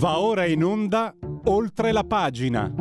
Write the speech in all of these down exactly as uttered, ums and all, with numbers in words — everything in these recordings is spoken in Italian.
Va ora in onda Oltre la pagina.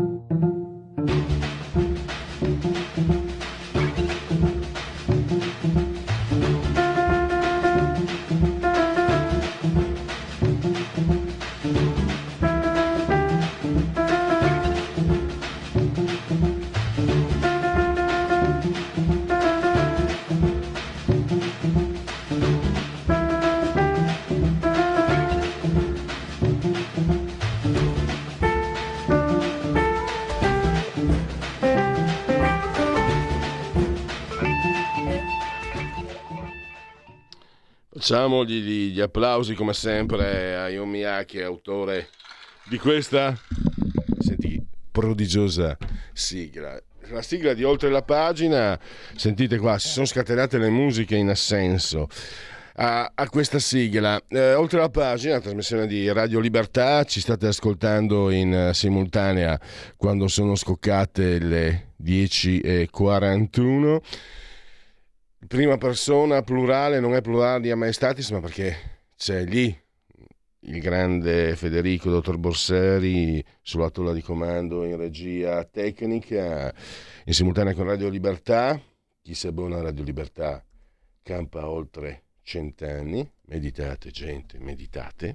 Facciamo gli, gli applausi come sempre a Hayao Miyake, autore di questa, senti, prodigiosa sigla. La sigla di Oltre la pagina, sentite qua, si sono scatenate le musiche in assenso a, a questa sigla. Eh, Oltre la pagina, trasmissione di Radio Libertà, ci state ascoltando in uh, simultanea quando sono scoccate le dieci e quarantuno. Prima persona plurale, non è plurale a maestatis, ma perché c'è lì il grande Federico dottor Borseri sulla tolla di comando in regia tecnica, in simultanea con Radio Libertà. Chi si abbona a Radio Libertà campa oltre cent'anni. Meditate, gente, meditate.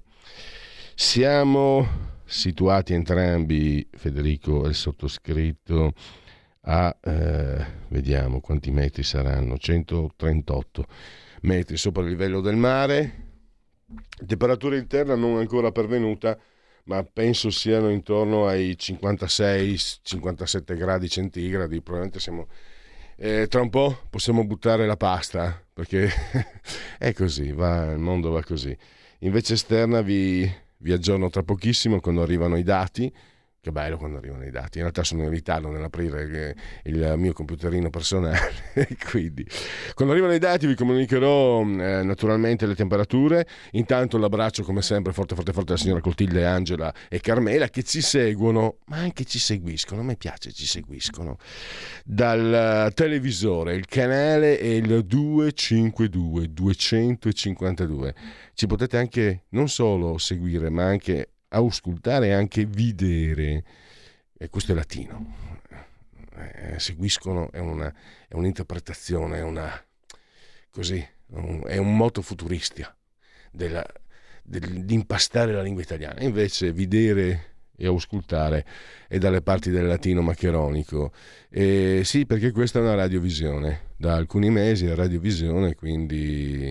Siamo situati entrambi, Federico e il sottoscritto, a eh, vediamo quanti metri saranno, centotrentotto metri sopra il livello del mare. Temperatura interna non ancora pervenuta, ma penso siano intorno ai cinquantasei cinquantasette gradi centigradi. Probabilmente siamo eh, tra un po' possiamo buttare la pasta, perché è così, va, il mondo va così. Invece esterna vi, vi aggiorno tra pochissimo quando arrivano i dati. Che bello quando arrivano i dati. In realtà sono in ritardo nell'aprire il mio computerino personale, quindi quando arrivano i dati vi comunicherò eh, naturalmente le temperature. Intanto l'abbraccio come sempre forte forte forte alla signora Clotilde, Angela e Carmela, che ci seguono, ma anche ci seguiscono, a me piace, ci seguiscono dal televisore, il canale è il duecentocinquantadue duecentocinquantadue. Ci potete anche non solo seguire, ma anche auscultare e anche vedere, e questo è latino, eh, seguiscono, è, una, è un'interpretazione, è una così, un, è un moto futuristica della, del, di impastare la lingua italiana. Invece vedere e auscultare è dalle parti del latino maccheronico. E sì, perché questa è una radiovisione, da alcuni mesi è radiovisione, quindi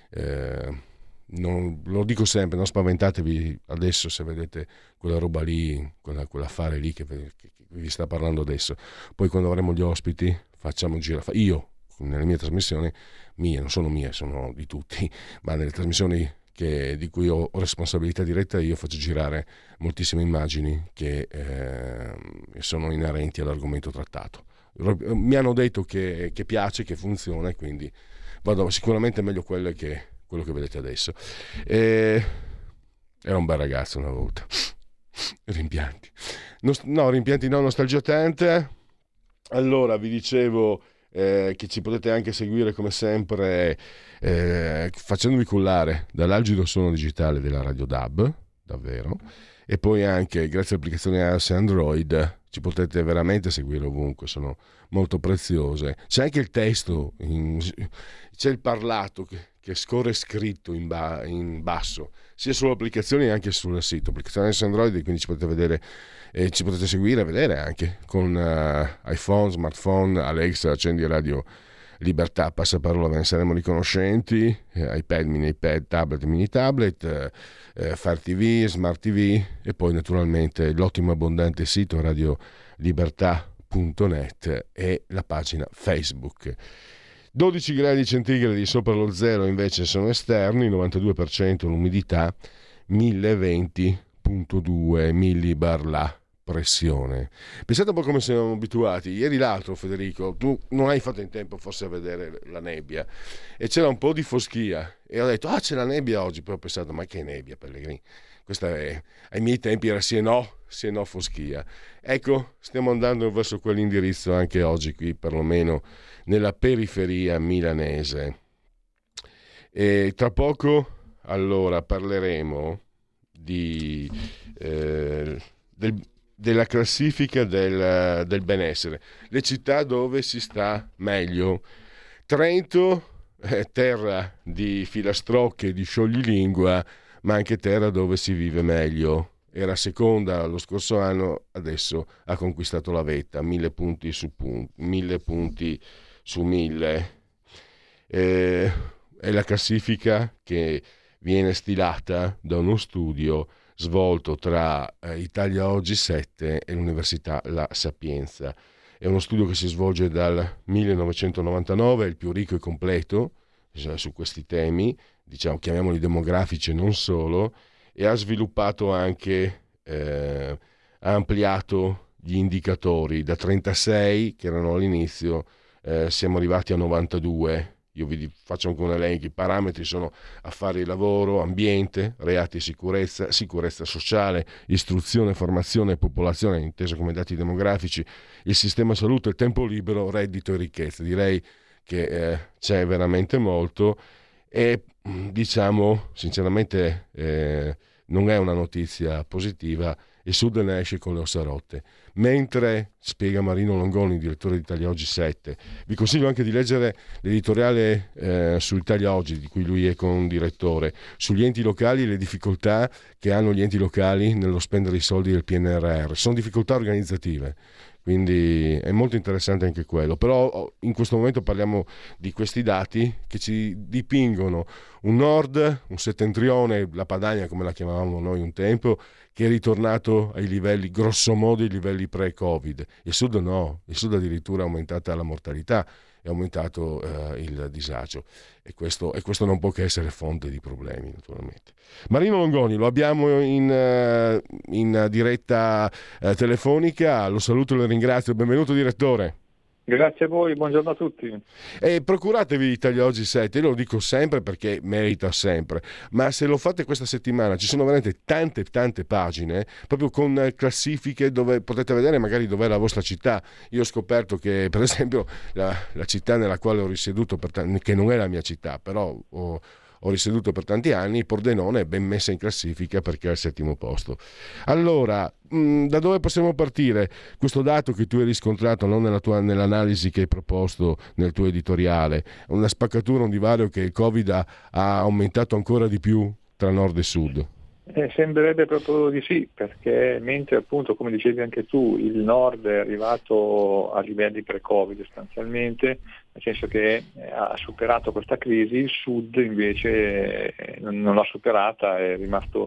eh, non, lo dico sempre, non spaventatevi adesso se vedete quella roba lì, quella, quell'affare lì che, che, che vi sta parlando adesso. Poi quando avremo gli ospiti facciamo gira, io nelle mie trasmissioni, mie, non sono mie, sono di tutti, ma nelle trasmissioni che, di cui ho, ho responsabilità diretta, io faccio girare moltissime immagini che eh, sono inerenti all'argomento trattato. Mi hanno detto che, che piace, che funziona, e quindi vado sicuramente meglio quelle che quello che vedete adesso. E... era un bel ragazzo una volta. Rimpianti. No, rimpianti no, nostalgia tante. Allora, vi dicevo eh, che ci potete anche seguire come sempre eh, facendovi cullare dall'algido suono digitale della Radio D A B, davvero, e poi anche grazie all'applicazione iOS e Android ci potete veramente seguire ovunque, sono molto preziose. C'è anche il testo, in, c'è il parlato che, che scorre scritto in, ba, in basso, sia sull'applicazione che anche sul sito. Applicazione iOS e Android, quindi ci potete vedere e ci potete seguire e vedere anche con uh, iPhone, smartphone, Alexa, accendi Radio Libertà, passaparola, ve ne saremo riconoscenti, eh, iPad, mini iPad, tablet, mini tablet, eh, Fire T V, Smart T V, e poi naturalmente l'ottimo abbondante sito radio libertà punto net e la pagina Facebook. dodici gradi centigradi sopra lo zero invece sono esterni, novantadue per cento l'umidità, mille venti virgola due millibar la pressione. Pensate un po' come siamo abituati. Ieri l'altro, Federico, tu non hai fatto in tempo forse a vedere la nebbia e c'era un po' di foschia e ho detto ah, c'è la nebbia oggi. Poi ho pensato, ma che nebbia, Pellegrini, questa è, ai miei tempi era sì e no, sì e no foschia. Ecco, stiamo andando verso quell'indirizzo anche oggi qui, perlomeno nella periferia milanese. E tra poco allora parleremo di, eh, del, della classifica del, del benessere, le città dove si sta meglio. Trento è terra di filastrocche, di scioglilingua, ma anche terra dove si vive meglio. Era seconda lo scorso anno, adesso ha conquistato la vetta, mille punti su punti, mille punti su mille. Eh, è la classifica che viene stilata da uno studio svolto tra eh, Italia Oggi sette e l'Università La Sapienza. È uno studio che si svolge dal millenovecentonovantanove, è il più ricco e completo su questi temi, diciamo, chiamiamoli demografici e non solo, e ha sviluppato anche, eh, ha ampliato gli indicatori da trentasei che erano all'inizio, eh, siamo arrivati a novantadue. Io vi faccio anche un elenco. I parametri sono affari e lavoro, ambiente, reati e sicurezza, sicurezza sociale, istruzione, formazione e popolazione, inteso come dati demografici, il sistema salute, il tempo libero, reddito e ricchezza. Direi che eh, c'è veramente molto e diciamo sinceramente eh, non è una notizia positiva. Il Sud ne esce con le ossa rotte, mentre, spiega Marino Longoni, direttore di Italia Oggi sette, vi consiglio anche di leggere l'editoriale eh, su Italia Oggi, di cui lui è condirettore, sugli enti locali e le difficoltà che hanno gli enti locali nello spendere i soldi del P N R R. Sono difficoltà organizzative, quindi è molto interessante anche quello. Però in questo momento parliamo di questi dati che ci dipingono un nord, un settentrione, la Padania come la chiamavamo noi un tempo, che è ritornato ai livelli, grosso modo, ai livelli pre-Covid. Il Sud no, il Sud addirittura è aumentata la mortalità, è aumentato eh, il disagio e questo, e questo non può che essere fonte di problemi, naturalmente. Marino Longoni lo abbiamo in, in diretta eh, telefonica, lo saluto e lo ringrazio, benvenuto direttore. Grazie a voi, buongiorno a tutti. E procuratevi Italia Oggi sette, io lo dico sempre perché merita sempre, ma se lo fate questa settimana ci sono veramente tante tante pagine proprio con classifiche dove potete vedere magari dov'è la vostra città. Io ho scoperto che per esempio la, la città nella quale ho risieduto per t- che non è la mia città, però ho ho risieduto per tanti anni, Pordenone è ben messa in classifica perché è al settimo posto. Allora, mh, da dove possiamo partire? Questo dato che tu hai riscontrato, no, nella tua, nell'analisi che hai proposto nel tuo editoriale, una spaccatura, un divario che il Covid ha, ha aumentato ancora di più tra nord e sud. Eh, sembrerebbe proprio di sì, perché mentre appunto, come dicevi anche tu, il nord è arrivato a livelli pre-Covid sostanzialmente, nel senso che ha superato questa crisi, il sud invece non l'ha superata, è rimasto,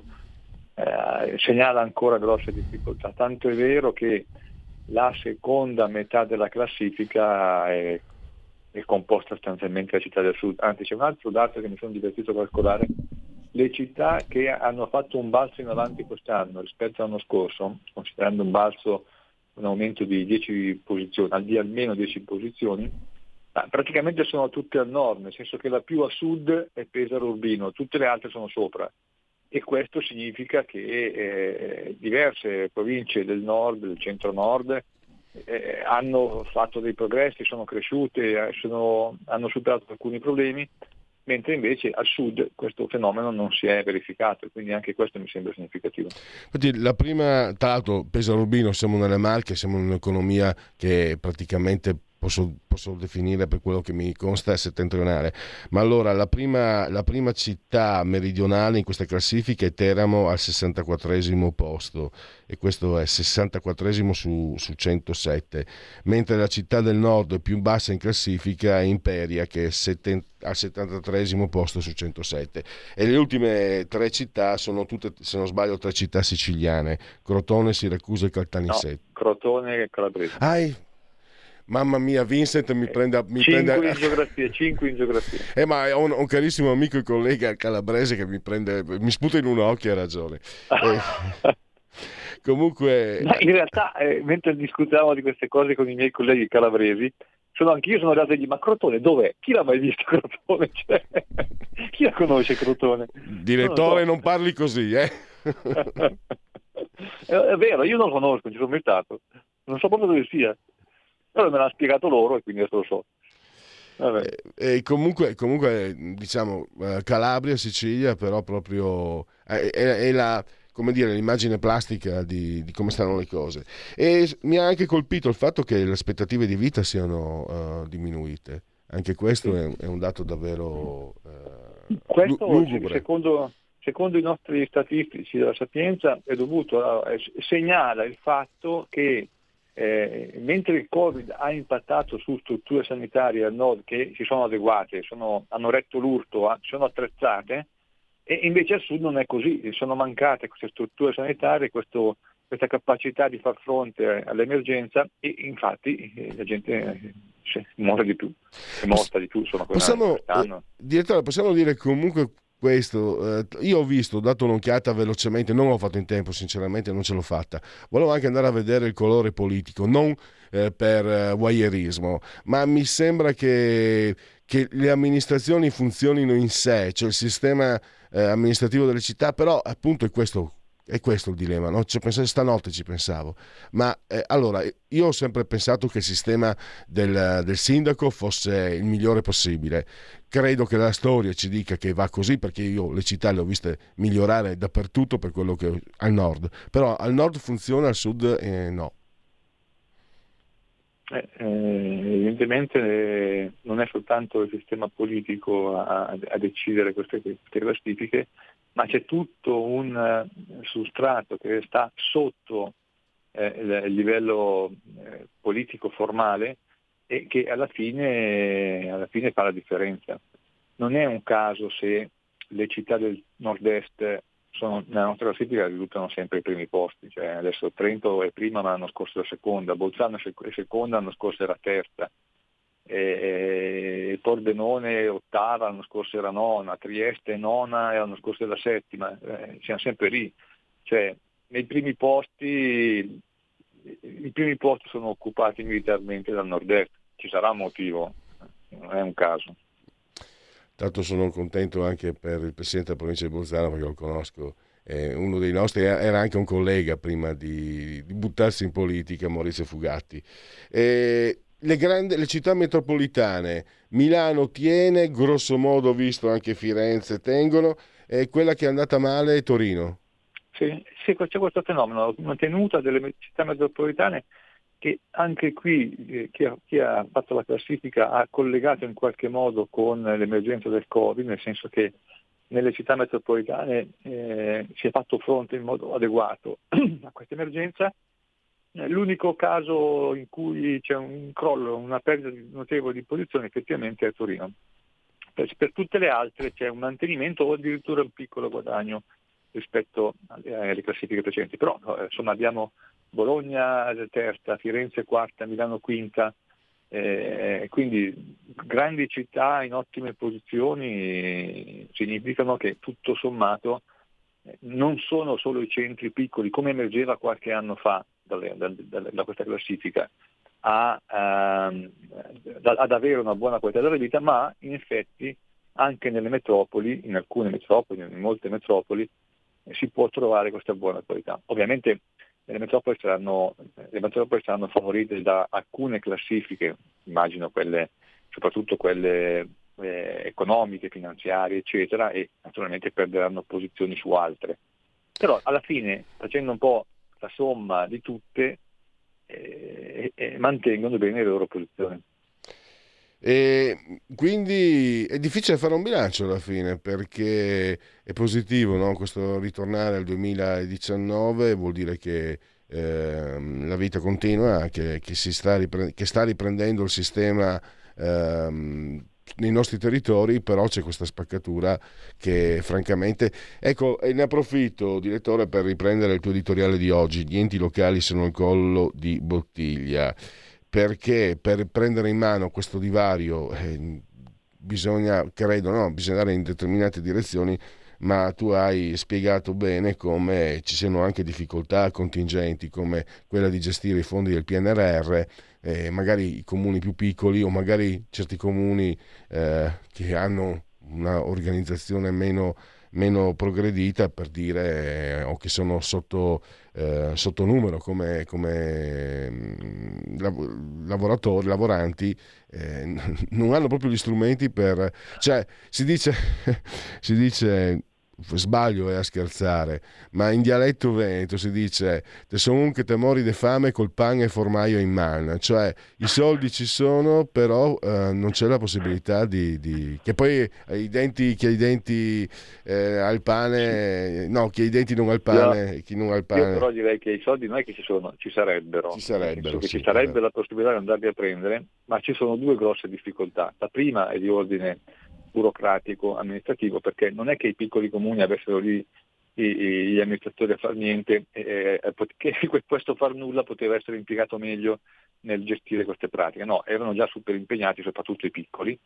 eh, segnala ancora grosse difficoltà, tanto è vero che la seconda metà della classifica è, è composta sostanzialmente da città del sud. Anzi, c'è un altro dato che mi sono divertito a calcolare: le città che hanno fatto un balzo in avanti quest'anno rispetto all'anno scorso, considerando un balzo, un aumento di dieci posizioni, di almeno dieci posizioni, praticamente sono tutte al nord, nel senso che la più a sud è Pesaro Urbino, tutte le altre sono sopra, e questo significa che eh, diverse province del nord, del centro-nord, eh, hanno fatto dei progressi, sono cresciute, sono, hanno superato alcuni problemi, mentre invece al sud questo fenomeno non si è verificato, quindi anche questo mi sembra significativo. Infatti la prima, tra l'altro Pesaro Urbino, siamo nelle Marche, siamo in un'economia che praticamente posso, posso definire, per quello che mi consta, settentrionale, ma allora la prima, la prima città meridionale in questa classifica è Teramo al sessantaquattresimo posto, e questo è sessantaquattresimo su, su centosette, mentre la città del nord più bassa in classifica è Imperia, che è setten, al settantatreesimo posto su centosette, e le ultime tre città sono tutte, se non sbaglio, tre città siciliane: Crotone, Siracusa e Caltanissetta. No, Crotone e Calabrese. Ah, mamma mia, Vincent mi prende, mi cinque prende... in geografia, cinque in geografia. Eh, ma ho un, un carissimo amico e collega calabrese che mi prende, mi sputa in un occhio, ha ragione. Eh, comunque... Ma in realtà, eh, mentre discutevamo di queste cose con i miei colleghi calabresi, sono anch'io sono arrivato a dire: ma Crotone dov'è? Chi l'ha mai visto Crotone? Cioè, chi la conosce Crotone? Direttore, non, so. non parli così, eh? È vero, io non lo conosco, ci sono mai stato, non so proprio dove sia. Allora me l'ha spiegato loro e quindi adesso lo so. Vabbè. E, e comunque, comunque, diciamo, Calabria, Sicilia, però proprio è, è, è la, come dire, l'immagine plastica di, di come stanno le cose. E mi ha anche colpito il fatto che le aspettative di vita siano uh, diminuite. Anche questo è, è un dato davvero uh, questo lugubre. Secondo, secondo i nostri statistici della Sapienza è dovuto a, segnala il fatto che eh, mentre il Covid ha impattato su strutture sanitarie al nord che si sono adeguate, sono, hanno retto l'urto, sono attrezzate, e invece al sud non è così, sono mancate queste strutture sanitarie, questo, questa capacità di far fronte all'emergenza, e infatti eh, la gente eh, muore di più, è morta di più. Insomma, possiamo, eh, direttore, possiamo dire comunque questo, eh, io ho visto, ho dato un'occhiata velocemente, non l'ho fatto in tempo sinceramente, non ce l'ho fatta, volevo anche andare a vedere il colore politico, non eh, per eh, voyeurismo, ma mi sembra che, che le amministrazioni funzionino in sé, cioè il sistema eh, amministrativo delle città, però appunto è questo. È questo il dilemma, no? Ci pensavo, stanotte ci pensavo, ma eh, allora io ho sempre pensato che il sistema del, del sindaco fosse il migliore possibile. Credo che la storia ci dica che va così, perché io le città le ho viste migliorare dappertutto per quello che al nord, però al nord funziona, al sud eh, no. Eh, eh, evidentemente eh, non è soltanto il sistema politico a, a decidere queste, queste classifiche, ma c'è tutto un uh, substrato che sta sotto eh, il, il livello eh, politico formale e che alla fine, alla fine fa la differenza. Non è un caso se le città del nord-est sono, nella nostra classifica risultano sempre ai primi posti, cioè adesso Trento è prima ma l'anno scorso era seconda, Bolzano è seconda, l'anno scorso era terza, e Pordenone ottava, l'anno scorso era nona, Trieste nona e l'anno scorso era settima, eh, siamo sempre lì, cioè nei primi posti, i primi posti sono occupati militarmente dal nord-est, ci sarà un motivo, non è un caso. Tanto sono contento anche per il presidente della provincia di Bolzano, perché lo conosco, è uno dei nostri, era anche un collega prima di, di buttarsi in politica, Maurizio Fugatti. E le, grandi, le città metropolitane, Milano tiene, grosso modo visto anche Firenze tengono, e quella che è andata male è Torino. Sì, sì, c'è questo fenomeno, una tenuta delle città metropolitane che anche qui eh, chi, ha, chi ha fatto la classifica ha collegato in qualche modo con l'emergenza del Covid, nel senso che nelle città metropolitane eh, si è fatto fronte in modo adeguato a questa emergenza. L'unico caso in cui c'è un crollo, una perdita notevole di posizioni effettivamente è Torino. Per, per tutte le altre c'è un mantenimento o addirittura un piccolo guadagno rispetto alle, alle classifiche precedenti. Però insomma abbiamo Bologna terza, Firenze quarta, Milano quinta, eh, quindi grandi città in ottime posizioni significano che tutto sommato non sono solo i centri piccoli, come emergeva qualche anno fa dalle, da, da, da questa classifica, a, a, ad avere una buona qualità della vita, ma in effetti anche nelle metropoli, in alcune metropoli, in molte metropoli, eh, si può trovare questa buona qualità. Ovviamente le metropoli saranno, le metropoli saranno favorite da alcune classifiche, immagino quelle, soprattutto quelle eh, economiche, finanziarie, eccetera, e naturalmente perderanno posizioni su altre. Però alla fine, facendo un po' la somma di tutte, eh, eh, mantengono bene le loro posizioni. E quindi è difficile fare un bilancio alla fine, perché è positivo, no? Questo ritornare al duemiladiciannove vuol dire che eh, la vita continua, che, che, si sta riprendendo, che sta riprendendo il sistema eh, nei nostri territori, però c'è questa spaccatura che francamente, ecco, e ne approfitto, direttore, per riprendere il tuo editoriale di oggi: gli enti locali sono il collo di bottiglia, perché per prendere in mano questo divario eh, bisogna, credo, no, bisogna andare in determinate direzioni, ma tu hai spiegato bene come ci siano anche difficoltà contingenti come quella di gestire i fondi del P N R R, eh, magari i comuni più piccoli o magari certi comuni eh, che hanno una organizzazione meno, meno progredita, per dire, eh, o che sono sotto Eh, sotto numero come, come mh, lav- lavoratori, lavoranti, eh, non hanno proprio gli strumenti per, cioè si dice, si dice sbaglio è a scherzare, ma in dialetto veneto si dice te son che te mori de fame col pane e formaio in mano, cioè i soldi ci sono, però eh, non c'è la possibilità di, di... che poi eh, i denti, chi ha i denti eh, ha il pane, no, chi ha i denti non ha il pane, io, chi non ha il pane. Io però direi che i soldi non è che ci sono, ci sarebbero, ci sarebbero, che sì, ci sarebbe la possibilità di andarli a prendere, ma ci sono due grosse difficoltà. La prima è di ordine burocratico, amministrativo, perché non è che i piccoli comuni avessero lì i, i, gli amministratori a far niente, eh, che questo far nulla poteva essere impiegato meglio nel gestire queste pratiche. No, erano già super impegnati, soprattutto i piccoli,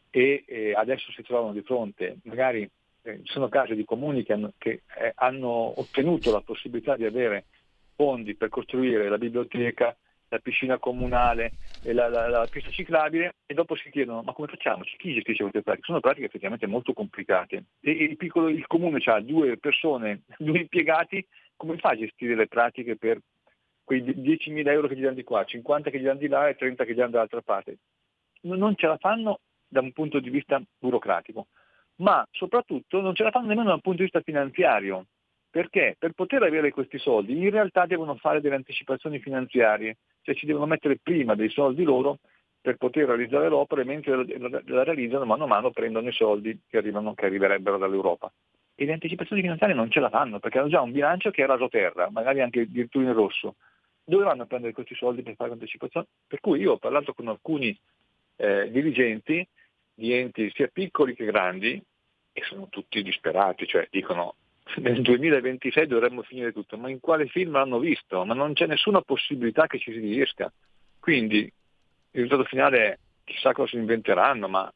e eh, adesso si trovano di fronte, magari eh, ci sono casi di comuni che, hanno, che eh, hanno ottenuto la possibilità di avere fondi per costruire la biblioteca, la piscina comunale e la, la, la pista ciclabile, e dopo si chiedono ma come facciamo? Chi gestisce queste pratiche? Sono pratiche effettivamente molto complicate e il, piccolo, il comune ha due persone, due impiegati, come fa a gestire le pratiche per quei diecimila euro che gli danno di qua, cinquanta che gli danno di là e trenta che gli danno dall'altra parte? Non ce la fanno da un punto di vista burocratico, ma soprattutto non ce la fanno nemmeno da un punto di vista finanziario. Perché? Per poter avere questi soldi in realtà devono fare delle anticipazioni finanziarie, cioè ci devono mettere prima dei soldi loro per poter realizzare l'opera, e mentre la realizzano mano a mano prendono i soldi che arrivano, che arriverebbero dall'Europa. E le anticipazioni finanziarie non ce la fanno perché hanno già un bilancio che è rasoterra, magari anche addirittura in rosso. Dove vanno a prendere questi soldi per fare l'anticipazione? Per cui io ho parlato con alcuni eh, dirigenti di enti sia piccoli che grandi e sono tutti disperati, cioè dicono nel duemilaventisei dovremmo finire tutto, ma in quale film l'hanno visto? Ma non c'è nessuna possibilità che ci si riesca. Quindi il risultato finale è chissà cosa si inventeranno, ma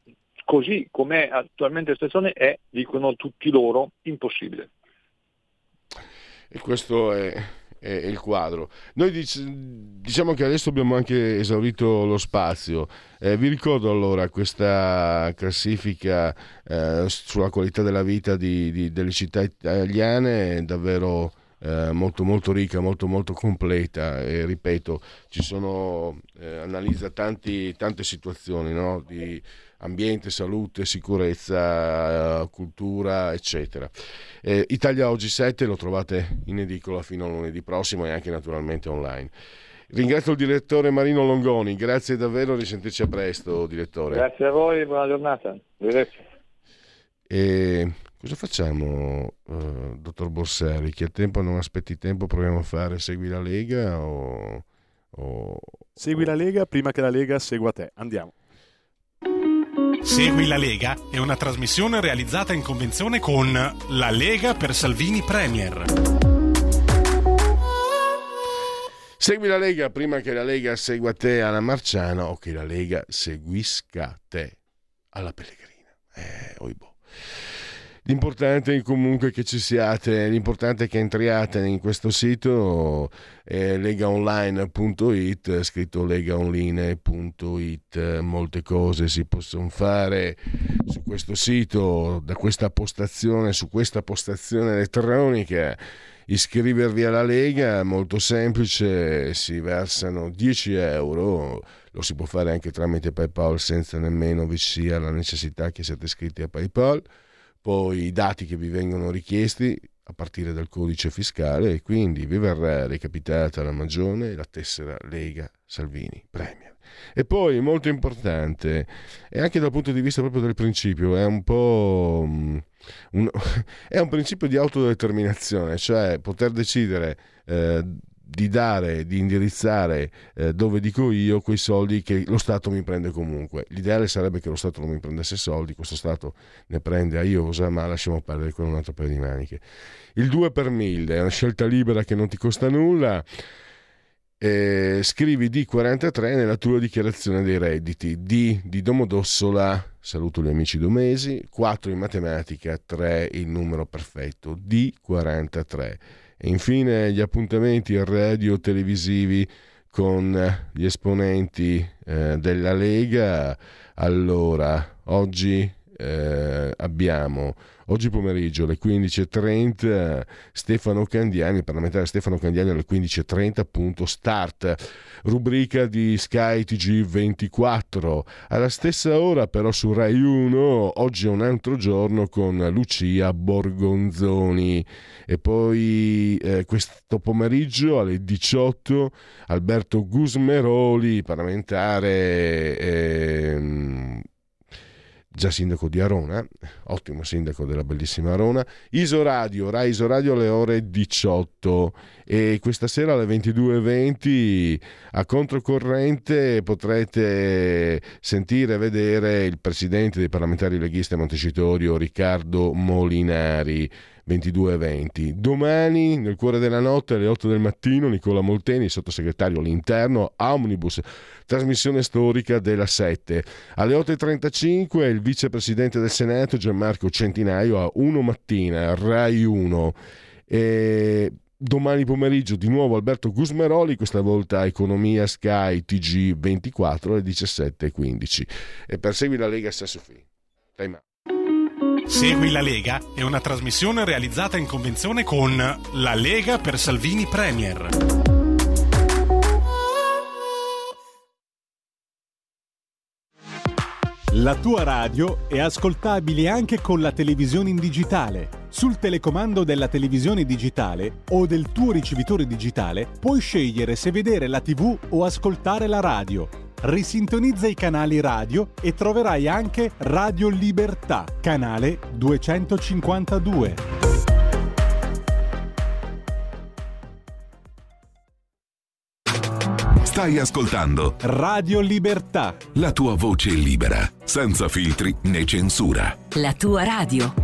così com'è attualmente la situazione è, dicono tutti loro, impossibile. E questo è, è il quadro. Noi dic- diciamo che adesso abbiamo anche esaurito lo spazio. Eh, vi ricordo allora questa classifica eh, sulla qualità della vita di, di, delle città italiane, davvero eh, molto molto ricca, molto molto completa, e ripeto, ci sono eh, analizza tanti, tante situazioni, no? Di ambiente, salute, sicurezza, eh, cultura, eccetera. Eh, Italia Oggi sette lo trovate in edicola fino a lunedì prossimo e anche naturalmente online. Ringrazio il direttore Marino Longoni, grazie davvero, risentirci a presto, direttore. Grazie a voi, buona giornata. E cosa facciamo, uh, dottor Borsari? Chi ha tempo non aspetti tempo, proviamo a fare Segui la Lega o... o Segui la Lega prima che la Lega segua te, andiamo. Segui la Lega è una trasmissione realizzata in convenzione con La Lega per Salvini Premier. Segui la Lega prima che la Lega segua te alla Marciana o che la Lega seguisca te alla Pellegrina. Eh, oibò. L'importante è comunque che ci siate, l'importante è che entriate in questo sito eh, legaonline punto it, scritto legaonline punto it. Molte cose si possono fare su questo sito, da questa postazione, su questa postazione elettronica. Iscrivervi alla Lega, molto semplice, si versano dieci euro, lo si può fare anche tramite PayPal senza nemmeno vi sia la necessità che siate iscritti a PayPal. Poi i dati che vi vengono richiesti a partire dal codice fiscale, e quindi vi verrà recapitata la magione e la tessera Lega Salvini Premier. E poi molto importante, e anche dal punto di vista proprio del principio, è un po' un, è un principio di autodeterminazione, cioè poter decidere eh, di dare, di indirizzare eh, dove dico io quei soldi che lo Stato mi prende comunque. L'ideale sarebbe che lo Stato non mi prendesse soldi, questo Stato ne prende a iosa, ma lasciamo perdere con un altro paio di maniche. Il due per mille è una scelta libera che non ti costa nulla. Eh, scrivi D quarantatré nella tua dichiarazione dei redditi. D di Domodossola, saluto gli amici domesi, quattro in matematica, tre il numero perfetto, D quarantatré. E infine gli appuntamenti radio televisivi con gli esponenti eh, della Lega. Allora, oggi eh, abbiamo oggi pomeriggio alle quindici e trenta Stefano Candiani, il parlamentare Stefano Candiani alle quindici e trenta, punto start, rubrica di Sky T G ventiquattro. Alla stessa ora però su Rai uno, oggi è un altro giorno con Lucia Borgonzoni. E poi eh, questo pomeriggio alle diciotto Alberto Gusmeroli, parlamentare eh, già sindaco di Arona, ottimo sindaco della bellissima Arona. Isoradio, Rai Isoradio alle ore diciotto, e questa sera alle ventidue e venti a Controcorrente potrete sentire e vedere il presidente dei parlamentari leghisti a Montecitorio, Riccardo Molinari. ventidue e venti. Domani nel cuore della notte alle otto del mattino Nicola Molteni, sottosegretario all'interno, Omnibus, trasmissione storica della sette. Alle otto e trentacinque il vicepresidente del Senato Gianmarco Centinaio a uno mattina, Rai uno. E domani pomeriggio di nuovo Alberto Gusmeroli, questa volta Economia Sky T G ventiquattro alle diciassette e quindici. E per Segui la Lega Sassufi. Time out. Segui la Lega è una trasmissione realizzata in convenzione con La Lega per Salvini Premier. La tua radio è ascoltabile anche con la televisione in digitale. Sul telecomando della televisione digitale o del tuo ricevitore digitale puoi scegliere se vedere la tivù o ascoltare la radio. Risintonizza i canali radio e troverai anche Radio Libertà, canale duecentocinquantadue. Stai ascoltando Radio Libertà, la tua voce libera, senza filtri né censura. La tua radio.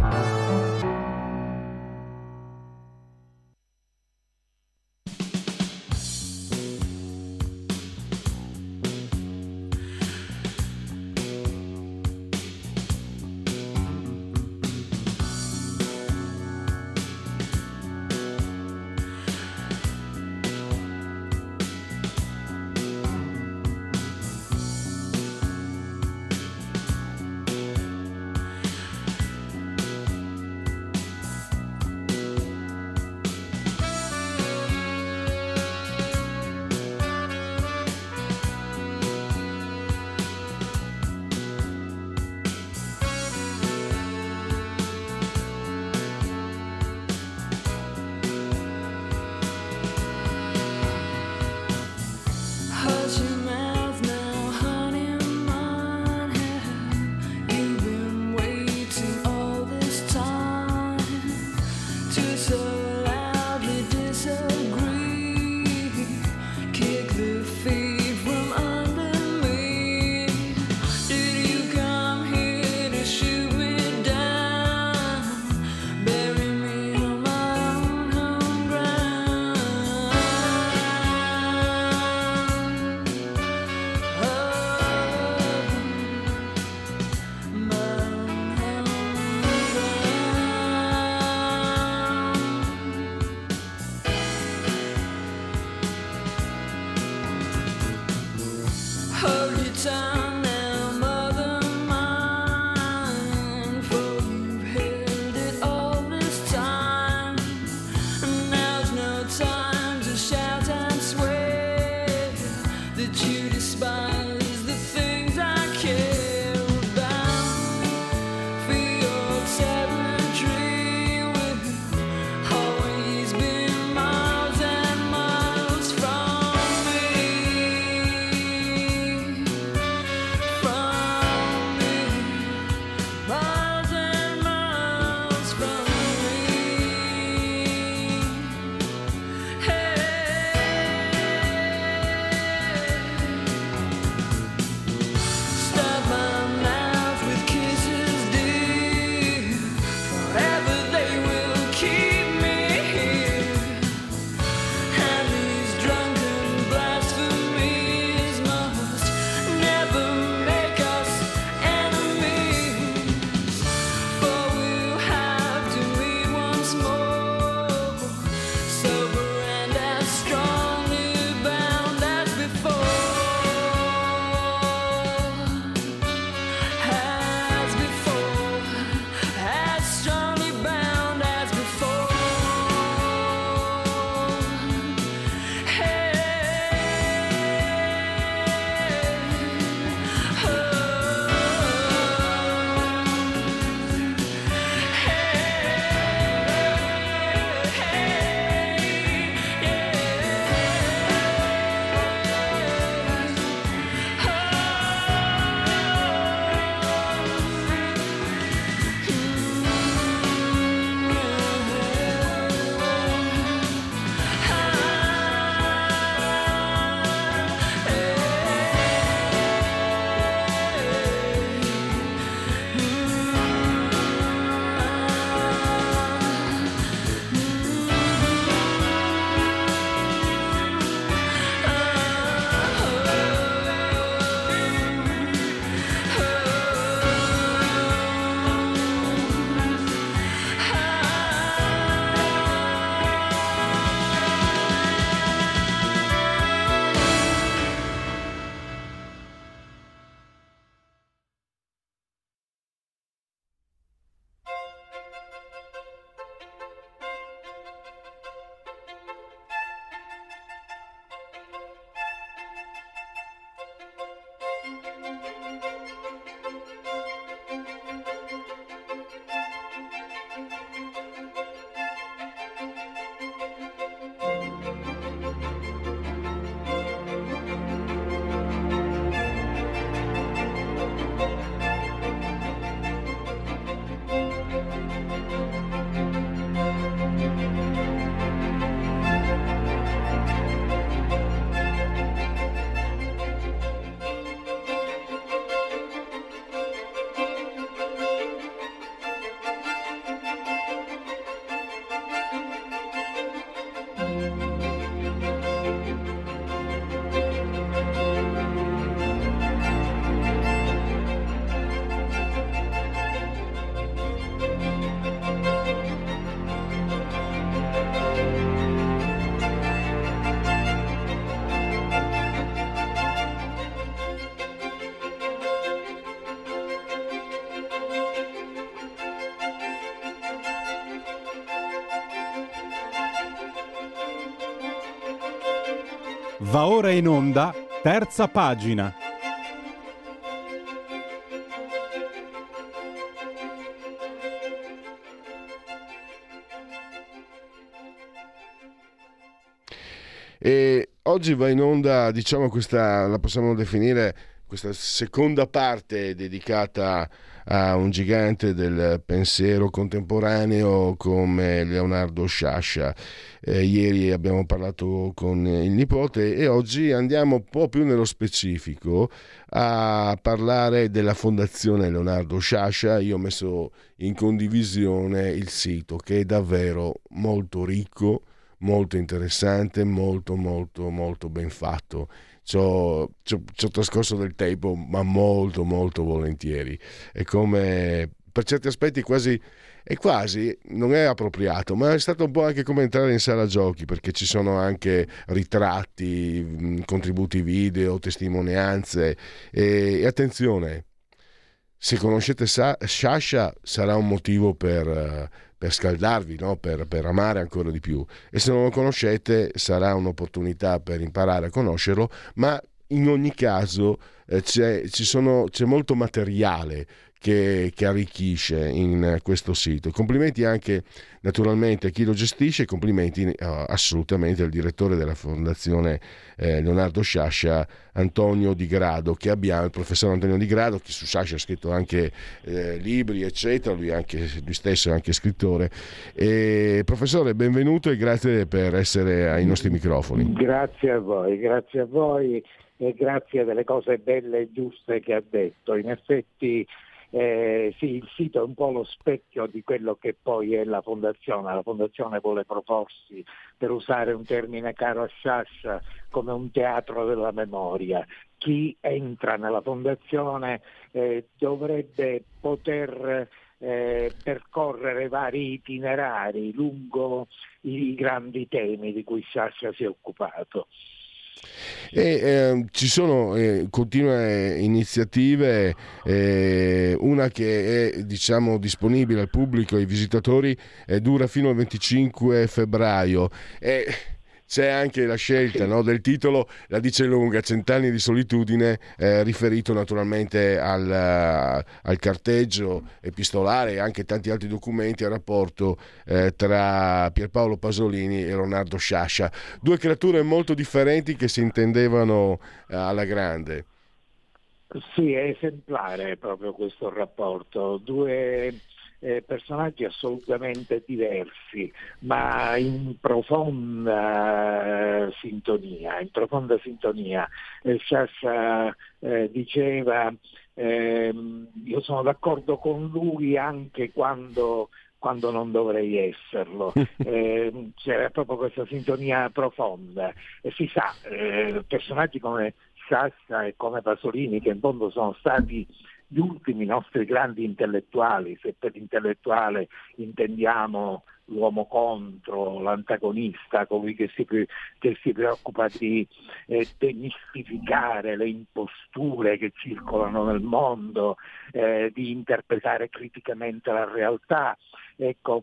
Va ora in onda, terza pagina. E oggi va in onda, diciamo, questa la possiamo definire questa seconda parte dedicata a un gigante del pensiero contemporaneo come Leonardo Sciascia. Eh, ieri abbiamo parlato con il nipote e oggi andiamo un po' più nello specifico a parlare della Fondazione Leonardo Sciascia. Io ho messo in condivisione il sito, che è davvero molto ricco, molto interessante, molto molto molto ben fatto. Ci ho, ci ho, ci ho trascorso del tempo, ma molto molto volentieri. È come, per certi aspetti quasi, è quasi, non è appropriato, ma è stato un po' anche come entrare in sala giochi, perché ci sono anche ritratti, contributi video, testimonianze e, e attenzione, se conoscete Sciascia sarà un motivo per, per scaldarvi, no? per, per amare ancora di più, e se non lo conoscete sarà un'opportunità per imparare a conoscerlo, ma in ogni caso eh, c'è, ci sono, c'è molto materiale che, che arricchisce in questo sito. Complimenti anche naturalmente a chi lo gestisce, complimenti eh, assolutamente al direttore della Fondazione eh, Leonardo Sciascia, Antonio Di Grado, che abbiamo, il professor Antonio Di Grado, che su Sciascia ha scritto anche eh, libri eccetera, lui, anche, lui stesso è anche scrittore. E, professore, benvenuto e grazie per essere ai nostri microfoni. Grazie a voi, grazie a voi e grazie delle cose belle e giuste che ha detto. In effetti Eh, sì, il sito è un po' lo specchio di quello che poi è la Fondazione. La Fondazione vuole proporsi, per usare un termine caro a Sciascia, come un teatro della memoria. Chi entra nella Fondazione eh, dovrebbe poter eh, percorrere vari itinerari lungo i grandi temi di cui Sciascia si è occupato. E eh, ci sono eh, continue iniziative, eh, una che è, diciamo, disponibile al pubblico e ai visitatori, eh, dura fino al venticinque febbraio, e c'è anche la scelta, no, del titolo, la dice lunga, Cent'anni di solitudine, eh, riferito naturalmente al, al carteggio epistolare e anche tanti altri documenti, al rapporto eh, tra Pierpaolo Pasolini e Leonardo Sciascia, due creature molto differenti che si intendevano eh, alla grande. Sì, è esemplare proprio questo rapporto, due Eh, personaggi assolutamente diversi, ma in profonda eh, sintonia, in profonda sintonia. Eh, Sciascia eh, diceva eh, io sono d'accordo con lui anche quando quando non dovrei esserlo. Eh, c'era proprio questa sintonia profonda. E si sa, eh, personaggi come Sciascia e come Pasolini, che in fondo sono stati gli ultimi nostri grandi intellettuali, se per intellettuale intendiamo l'uomo contro, l'antagonista, colui che si, che si preoccupa di eh, demistificare le imposture che circolano nel mondo, eh, di interpretare criticamente la realtà. Ecco,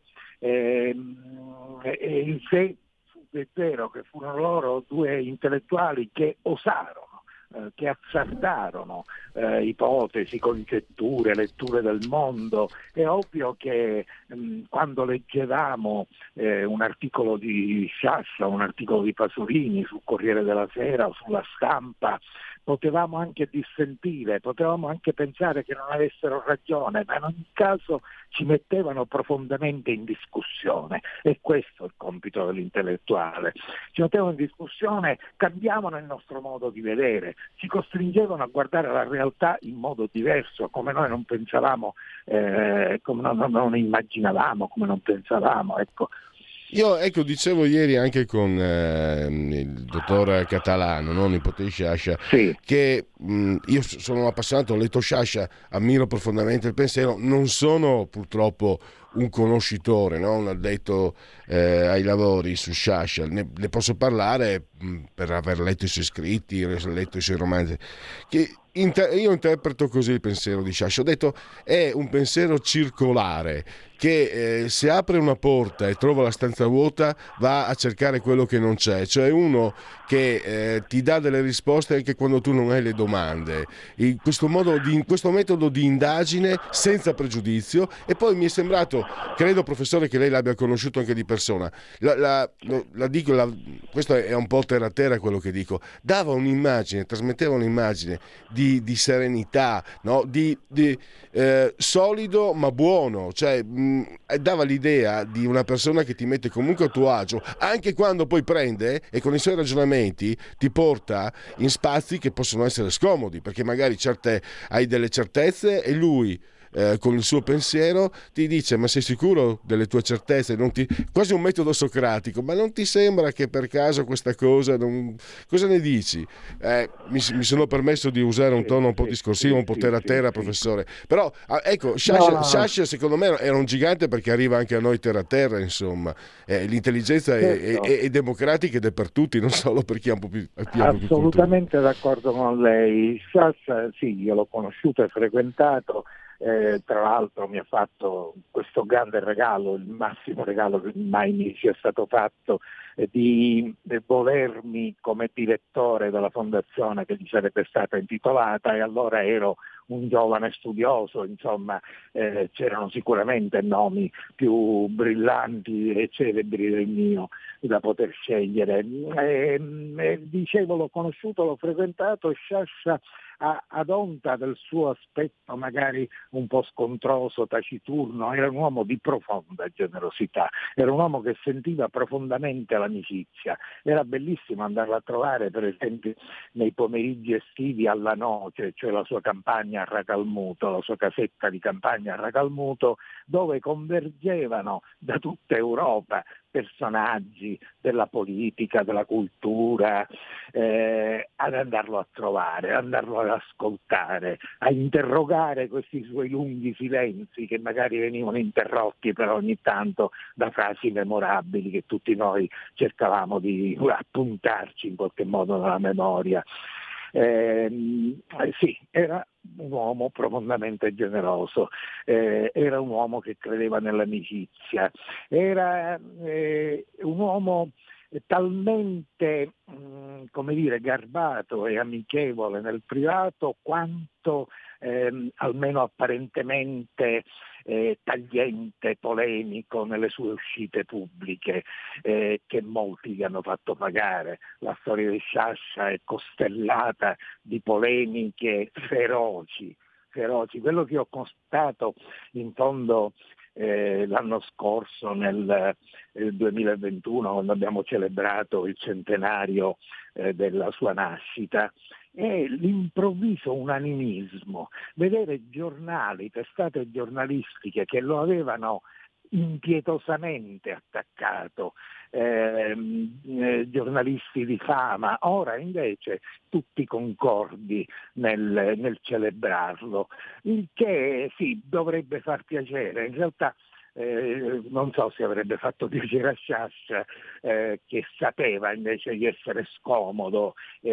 ehm, e se è vero che furono loro due intellettuali che osarono, che azzardarono eh, ipotesi, congetture, letture del mondo. È ovvio che mh, quando leggevamo eh, un articolo di Sciascia, un articolo di Pasolini sul Corriere della Sera o sulla Stampa, potevamo anche dissentire, potevamo anche pensare che non avessero ragione, ma in ogni caso ci mettevano profondamente in discussione, e questo è il compito dell'intellettuale. Ci mettevano in discussione, cambiavano il nostro modo di vedere, ci costringevano a guardare la realtà in modo diverso, come noi non pensavamo, eh, come non, non, non immaginavamo, come non pensavamo, ecco. Io ecco dicevo ieri anche con eh, il dottor Catalano, no? Nipote di Sciascia, sì, che mh, io sono appassionato, ho letto Sciascia, ammiro profondamente il pensiero, non sono purtroppo un conoscitore, no? Un addetto eh, ai lavori su Sciascia, ne, ne posso parlare mh, per aver letto i suoi scritti, letto i suoi romanzi, che inter- io interpreto così il pensiero di Sciascia. Ho detto è un pensiero circolare che eh, se apre una porta e trova la stanza vuota va a cercare quello che non c'è, cioè uno che eh, ti dà delle risposte anche quando tu non hai le domande, in questo, modo di, in questo metodo di indagine senza pregiudizio. E poi mi è sembrato, credo professore che lei l'abbia conosciuto anche di persona, la, la, la dico, la, questo è un po' terra terra quello che dico, dava un'immagine, trasmetteva un'immagine di, di serenità, no? di, di eh, solido ma buono, cioè mh, dava l'idea di una persona che ti mette comunque a tuo agio, anche quando poi prende e con i suoi ragionamenti ti porta in spazi che possono essere scomodi, perché magari certe, hai delle certezze e lui Eh, con il suo pensiero ti dice: ma sei sicuro delle tue certezze? Non ti... quasi un metodo socratico, ma non ti sembra che per caso questa cosa non... cosa ne dici? Eh, mi, mi sono permesso di usare un tono un po' discorsivo, un po' terra a terra, professore, però ecco, Sciascia, no, no. Sciascia secondo me era un gigante perché arriva anche a noi terra a terra, insomma. Eh, l'intelligenza certo. è, è, è democratica ed è per tutti, non solo per chi ha un po' più, più assolutamente d'accordo con lei. Sciascia sì, io l'ho conosciuto e frequentato. Eh, tra l'altro mi ha fatto questo grande regalo, il massimo regalo che mai mi sia stato fatto, eh, di eh, volermi come direttore della fondazione che gli sarebbe stata intitolata, e allora ero un giovane studioso, insomma eh, c'erano sicuramente nomi più brillanti e celebri del mio da poter scegliere. E, e, dicevo, l'ho conosciuto, l'ho frequentato, Sciascia ad onta del suo aspetto magari un po' scontroso, taciturno, era un uomo di profonda generosità, era un uomo che sentiva profondamente l'amicizia. Era bellissimo andarlo a trovare, per esempio, nei pomeriggi estivi alla Noce, cioè la sua campagna a Racalmuto, la sua casetta di campagna a Racalmuto, dove convergevano da tutta Europa personaggi della politica, della cultura, eh, ad andarlo a trovare, ad andarlo ad ascoltare, a interrogare questi suoi lunghi silenzi che magari venivano interrotti per ogni tanto da frasi memorabili che tutti noi cercavamo di appuntarci in qualche modo nella memoria. Eh, sì, era un uomo profondamente generoso, eh, era un uomo che credeva nell'amicizia, era eh, un uomo talmente mh, come dire, garbato e amichevole nel privato quanto ehm, almeno apparentemente eh, tagliente, polemico nelle sue uscite pubbliche, eh, che molti gli hanno fatto pagare. La storia di Sciascia è costellata di polemiche feroci, feroci. Quello che ho constatato in fondo eh, l'anno scorso, nel eh, duemilaventuno, quando abbiamo celebrato il centenario eh, della sua nascita, è l'improvviso unanimismo, vedere giornali, testate giornalistiche che lo avevano impietosamente attaccato, ehm, eh, giornalisti di fama, ora invece tutti concordi nel, nel celebrarlo, il che sì, dovrebbe far piacere. In realtà Eh, non so se avrebbe fatto piacere a Sciascia, eh, che sapeva invece di essere scomodo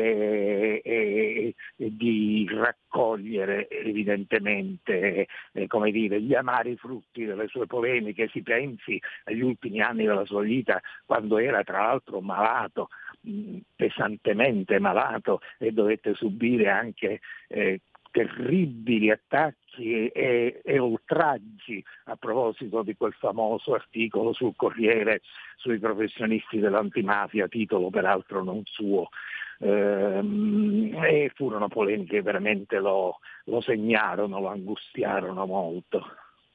e, e, e di raccogliere evidentemente eh, come dire, gli amari frutti delle sue polemiche. Si pensi agli ultimi anni della sua vita, quando era tra l'altro malato, mh, pesantemente malato, e dovette subire anche eh, terribili attacchi e, e oltraggi a proposito di quel famoso articolo sul Corriere sui professionisti dell'antimafia, titolo peraltro non suo, ehm, e furono polemiche che veramente lo, lo segnarono, lo angustiarono molto.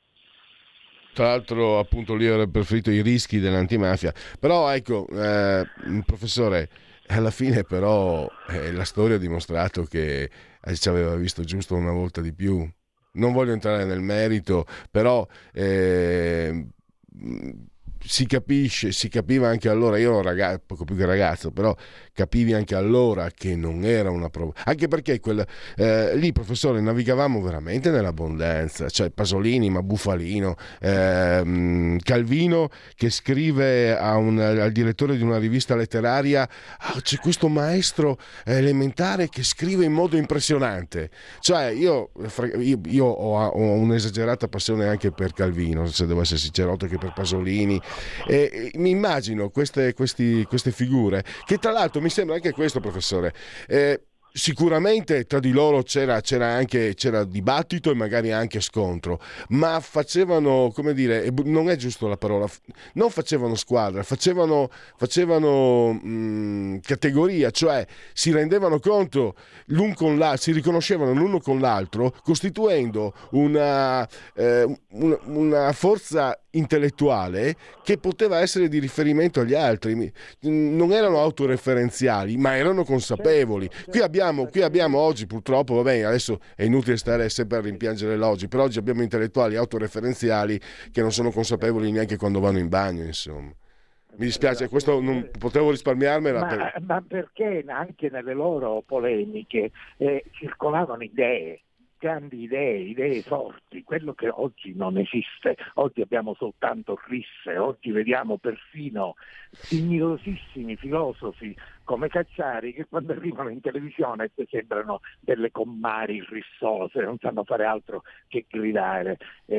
Tra l'altro appunto lì era preferito i rischi dell'antimafia, però ecco eh, professore, alla fine però eh, la storia ha dimostrato che ci aveva visto giusto una volta di più. Non voglio entrare nel merito, però eh, si capisce, si capiva anche allora, io ero ragazzo, poco più che ragazzo, però capivi anche allora che non era una prova, anche perché quel, eh, lì, professore, navigavamo veramente nell'abbondanza, cioè Pasolini, ma Bufalino, ehm, Calvino che scrive a un, al direttore di una rivista letteraria: ah, c'è questo maestro elementare che scrive in modo impressionante. Cioè io, io, io ho, ho un'esagerata passione anche per Calvino, se devo essere sincero, oltre che per Pasolini, e, e mi immagino queste, questi, queste figure che, tra l'altro, mi sembra anche questo, professore, eh, sicuramente tra di loro c'era, c'era anche c'era dibattito e magari anche scontro, ma facevano, come dire, non è giusto la parola, non facevano squadra, facevano, facevano mh, categoria, cioè si rendevano conto l'un con l'altro, si riconoscevano l'uno con l'altro, costituendo una, eh, una, una forza intellettuale che poteva essere di riferimento agli altri. Non erano autoreferenziali, ma erano consapevoli. Qui abbiamo, qui abbiamo oggi, purtroppo, va bene, adesso è inutile stare sempre a rimpiangere l'oggi, però oggi abbiamo intellettuali autoreferenziali che non sono consapevoli neanche quando vanno in bagno, insomma. Mi dispiace, questo non potevo risparmiarmela. Ma, per... ma perché anche nelle loro polemiche eh, circolavano idee, grandi idee, idee forti, quello che oggi non esiste. Oggi abbiamo soltanto risse, oggi vediamo perfino dignitosissimi filosofi come Cacciari che quando arrivano in televisione sembrano delle commari rissose, non sanno fare altro che gridare.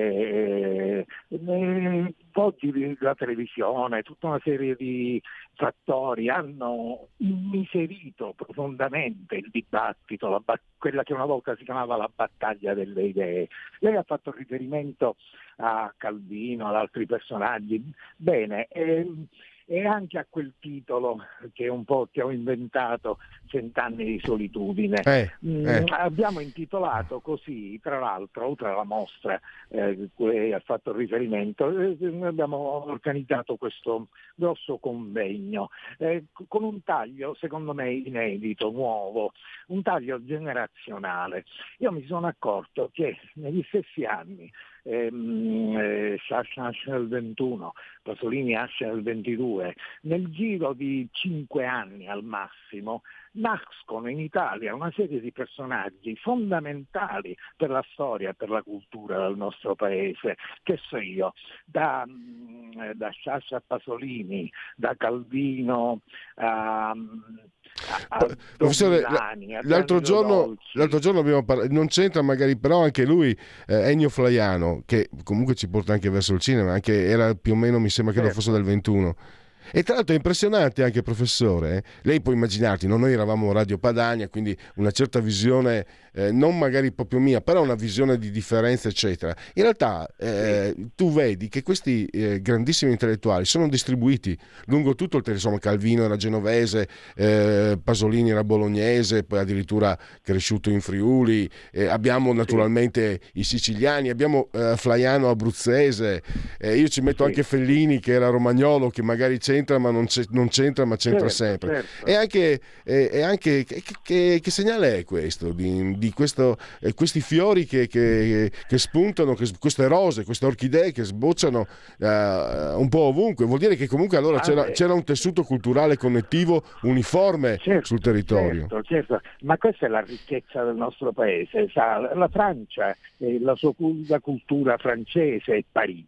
Eh, eh, oggi la televisione, tutta una serie di fattori hanno immiserito profondamente il dibattito, la, quella che una volta si chiamava la battaglia delle idee. Lei ha fatto riferimento a Calvino, ad altri personaggi. Bene, ehm, e anche a quel titolo che un po' che ho inventato, Cent'anni di solitudine. Eh, eh. Mm, abbiamo intitolato così, tra l'altro, oltre alla mostra eh, cui ha fatto riferimento, eh, abbiamo organizzato questo grosso convegno eh, con un taglio secondo me inedito, nuovo, un taglio generazionale. Io mi sono accorto che negli stessi anni ehm, eh, Sciascia nasce nel ventuno, Pasolini nasce nel ventidue, nel giro di cinque anni al massimo nascono in Italia una serie di personaggi fondamentali per la storia e per la cultura del nostro paese, che so io, da, da Sciascia a Pasolini, da Calvino a... A, professore, Milani, a l'altro giorno, l'altro giorno abbiamo parlato, non c'entra magari, però anche lui, eh, Ennio Flaiano, che comunque ci porta anche verso il cinema, anche era più o meno, mi sembra che certo. lo fosse del ventuno. E tra l'altro è impressionante anche, professore, eh? Lei può immaginarti, no? Noi eravamo Radio Padania, quindi una certa visione, eh, non magari proprio mia, però una visione di differenza, eccetera. In realtà eh, tu vedi che questi eh, grandissimi intellettuali sono distribuiti lungo tutto il territorio. Insomma, Calvino era genovese, eh, Pasolini era bolognese, poi addirittura cresciuto in Friuli, eh, abbiamo naturalmente i siciliani, abbiamo eh, Flaiano abruzzese, eh, io ci metto anche Fellini che era romagnolo, che magari c'è ma non, non c'entra, ma c'entra certo, sempre. Certo. E anche, e, e anche che, che, che segnale è questo? Di, di questo eh, questi fiori che, che, che spuntano, che, queste rose, queste orchidee che sbocciano uh, un po' ovunque. Vuol dire che comunque allora ah, c'era, c'era un tessuto culturale connettivo uniforme certo, sul territorio. Certo, certo. Ma questa è la ricchezza del nostro paese. Sa, la Francia, eh, la, sua, la cultura francese è Parigi.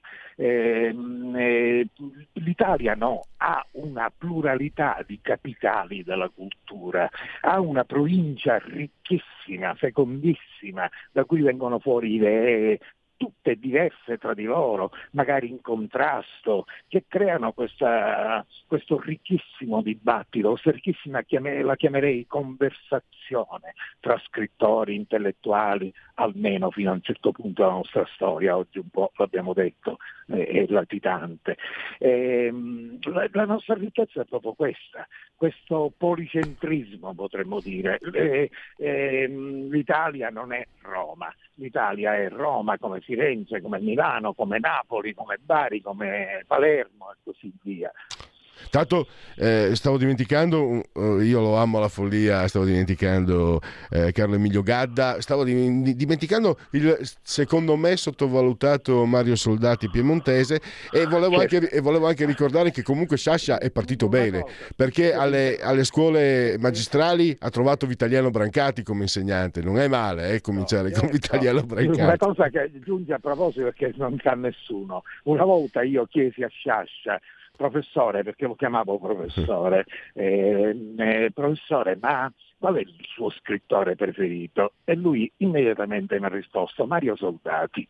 Eh, eh, l'Italia no, ha una pluralità di capitali della cultura, ha una provincia ricchissima, fecondissima, da cui vengono fuori idee tutte diverse tra di loro, magari in contrasto, che creano questa, questo ricchissimo dibattito, questa ricchissima, la chiamerei conversazione tra scrittori, intellettuali, almeno fino a un certo punto della nostra storia, oggi un po' l'abbiamo detto, è latitante. E, la, la nostra ricchezza è proprio questa, questo policentrismo potremmo dire. E, e, l'Italia non è Roma, l'Italia è Roma come Firenze, come Milano, come Napoli, come Bari, come Palermo e così via. Tanto eh, stavo dimenticando, uh, io lo amo alla follia, stavo dimenticando eh, Carlo Emilio Gadda, stavo di- dimenticando il secondo me sottovalutato Mario Soldati piemontese e volevo, anche, e volevo anche ricordare che comunque Sciascia è partito bene, perché alle, alle scuole magistrali ha trovato Vitaliano Brancati come insegnante, non è male eh, cominciare con Vitaliano Brancati. Una cosa che giunge a proposito perché non sa nessuno, una volta io chiesi a Sciascia, professore, perché lo chiamavo professore, eh, eh, professore, ma qual è il suo scrittore preferito? E lui immediatamente mi ha risposto Mario Soldati.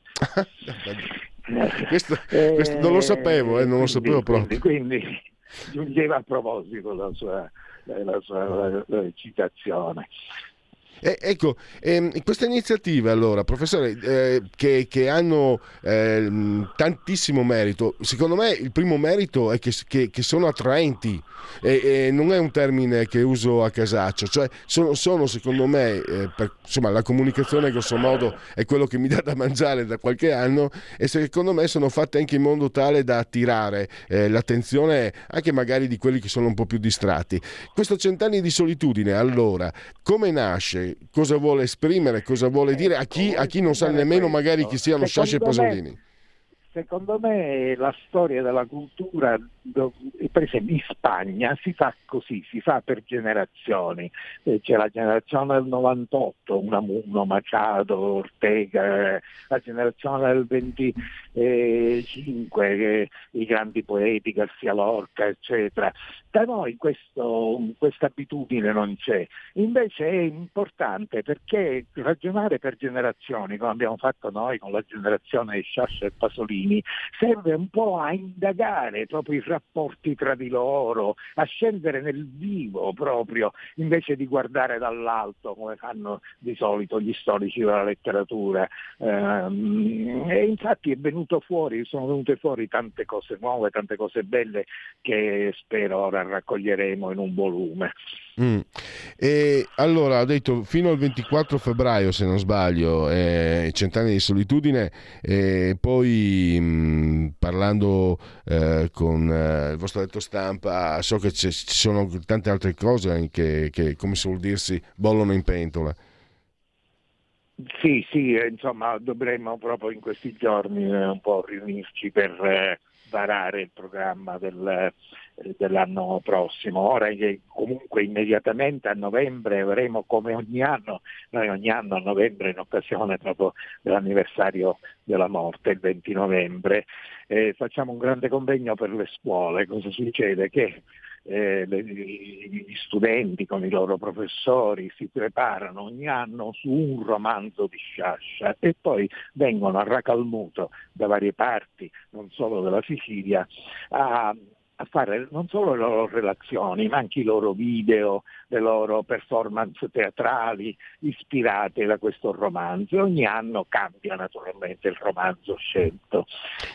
questo, questo non lo sapevo, eh, non lo sapevo quindi, proprio. Quindi, quindi giungeva a proposito la sua, la sua la, la citazione. Eh, ecco, ehm, questa iniziativa allora, professore, eh, che, che hanno eh, tantissimo merito, secondo me il primo merito è che, che, che sono attraenti, e, e non è un termine che uso a casaccio, cioè sono, sono secondo me, eh, per, insomma la comunicazione grosso modo è quello che mi dà da mangiare da qualche anno e secondo me sono fatte anche in modo tale da attirare eh, l'attenzione anche magari di quelli che sono un po' più distratti. Questo Cent'anni di solitudine, allora, come nasce? Cosa vuole esprimere, cosa vuole dire a chi, a chi non sa nemmeno magari chi siano Sciascia e Pasolini? Secondo me la storia della cultura, per esempio in Spagna si fa così, si fa per generazioni, c'è la generazione del novantotto, Unamuno, Machado, Ortega, la generazione del venticinque, i grandi poeti, García Lorca, eccetera. Da noi questo, questa abitudine non c'è, invece è importante perché ragionare per generazioni, come abbiamo fatto noi con la generazione di Sciascia e Pasolini, serve un po' a indagare proprio i rapporti tra di loro, a scendere nel vivo proprio, invece di guardare dall'alto come fanno di solito gli storici della letteratura. Ehm, e infatti è venuto fuori, sono venute fuori tante cose nuove, tante cose belle che spero ora raccoglieremo in un volume. Mm. E allora ha detto fino al ventiquattro febbraio, se non sbaglio, eh, Cent'anni di solitudine, e poi mh, parlando eh, con eh, il vostro letto stampa, so che ci sono tante altre cose anche che, come suol dirsi, bollono in pentola. Sì, sì, eh, insomma dovremmo proprio in questi giorni eh, un po' riunirci per eh, varare il programma del dell'anno prossimo. Ora che comunque immediatamente a novembre avremo, come ogni anno, noi ogni anno a novembre in occasione proprio dell'anniversario della morte, il venti novembre, eh, facciamo un grande convegno per le scuole. Cosa succede? Che eh, le, gli studenti con i loro professori si preparano ogni anno su un romanzo di Sciascia e poi vengono a Racalmuto da varie parti, non solo della Sicilia, a a fare non solo le loro relazioni, ma anche i loro video, le loro performance teatrali ispirate da questo romanzo. E ogni anno cambia naturalmente il romanzo scelto.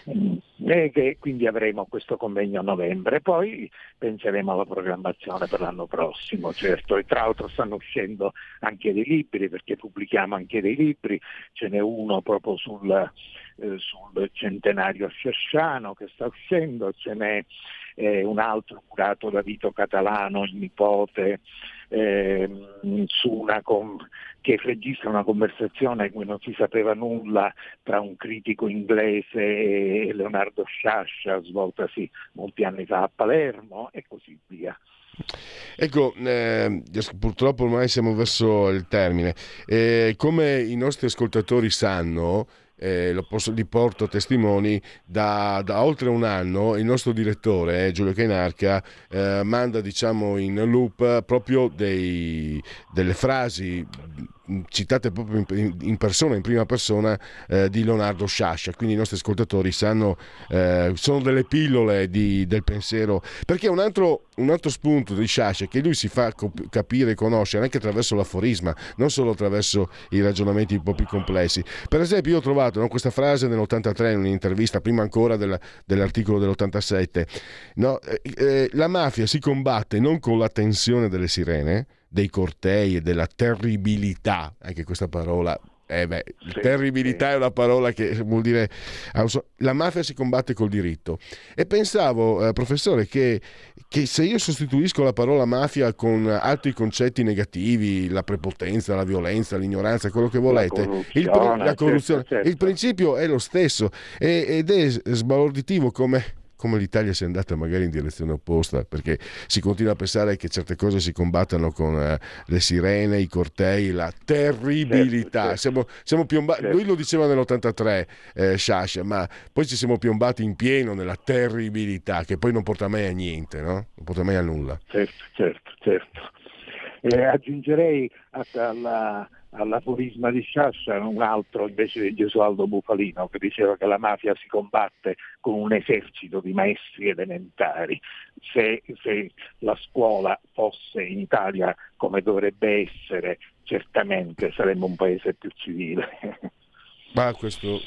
E che quindi avremo questo convegno a novembre, poi penseremo alla programmazione per l'anno prossimo, certo, e tra l'altro stanno uscendo anche dei libri, perché pubblichiamo anche dei libri, ce n'è uno proprio sul, eh, sul centenario sciasciano che sta uscendo, ce n'è eh, un altro curato da Vito Catalano, il nipote, eh, su una com- che registra una conversazione in cui non si sapeva nulla tra un critico inglese e Leonardo Sciascia, svoltasi molti anni fa a Palermo, e così via. Ecco, eh, purtroppo ormai siamo verso il termine. Eh, come i nostri ascoltatori sanno, eh, lo posso, li porto testimoni, da, da oltre un anno il nostro direttore eh, Giulio Cainarca eh, manda, diciamo, in loop proprio dei, delle frasi citate proprio in, in persona, in prima persona, eh, di Leonardo Sciascia, quindi i nostri ascoltatori sanno, eh, sono delle pillole di, del pensiero, perché un altro, un altro spunto di Sciascia che lui si fa cop- capire e conoscere anche attraverso l'aforisma, non solo attraverso i ragionamenti un po' più complessi. Per esempio, io ho trovato, no, questa frase nell'ottantatré in un'intervista, prima ancora della, dell'articolo dell'ottantasette, no, eh, eh, la mafia si combatte non con la tensione delle sirene, dei cortei e della terribilità, anche questa parola Eh beh, Sì, terribilità sì. è una parola che vuol dire la mafia si combatte col diritto. E pensavo, eh, professore, che, che se io sostituisco la parola mafia con altri concetti negativi, la prepotenza, la violenza, l'ignoranza, quello che volete, La il, corruzione, la corruzione, certo, certo. il principio è lo stesso e, ed è sbalorditivo come come l'Italia sia andata magari in direzione opposta, perché si continua a pensare che certe cose si combattano con uh, le sirene, i cortei, la terribilità. Certo, certo. Siamo, siamo piombati, Certo. lui lo diceva nell'ottantatré, eh, Sciascia, ma poi ci siamo piombati in pieno nella terribilità, che poi non porta mai a niente, no? Non porta mai a nulla. Certo, certo, certo. Eh, aggiungerei alla, all'aforisma di Sciascia un altro invece di Gesualdo Bufalino, che diceva che la mafia si combatte con un esercito di maestri elementari. Se, se la scuola fosse in Italia come dovrebbe essere, certamente saremmo un paese più civile. Ma questo,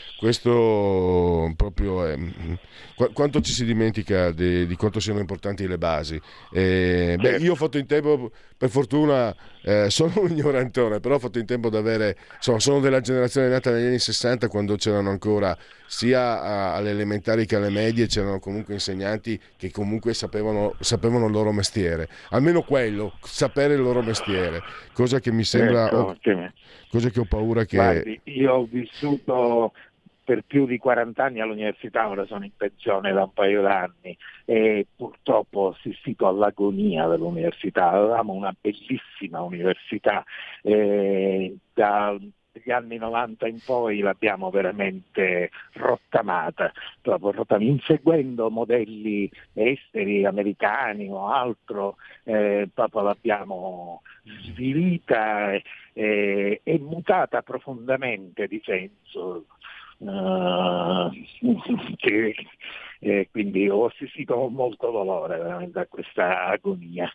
questo proprio è, qu- quanto ci si dimentica di, di quanto siano importanti le basi. Eh, beh, io ho fatto in tempo, per fortuna, eh, sono un ignorantone, però ho fatto in tempo ad avere, insomma, sono della generazione nata negli anni sessanta, quando c'erano ancora sia a, alle elementari che alle medie c'erano comunque insegnanti che comunque sapevano, sapevano il loro mestiere, almeno quello, sapere il loro mestiere, cosa che mi sembra, Ecco, ho, cosa che ho paura che... Guardi, io ho vissuto per più di quaranta anni all'università, ora sono in pensione da un paio d'anni e purtroppo ho assistito all'agonia dell'università. Avevamo una bellissima università, eh, dagli anni novanta in poi l'abbiamo veramente rottamata, proprio rottamata, inseguendo modelli esteri, americani o altro, eh, proprio l'abbiamo svilita e, e, e mutata profondamente di senso. Uh, che, eh, quindi ho assistito con molto dolore veramente a questa agonia.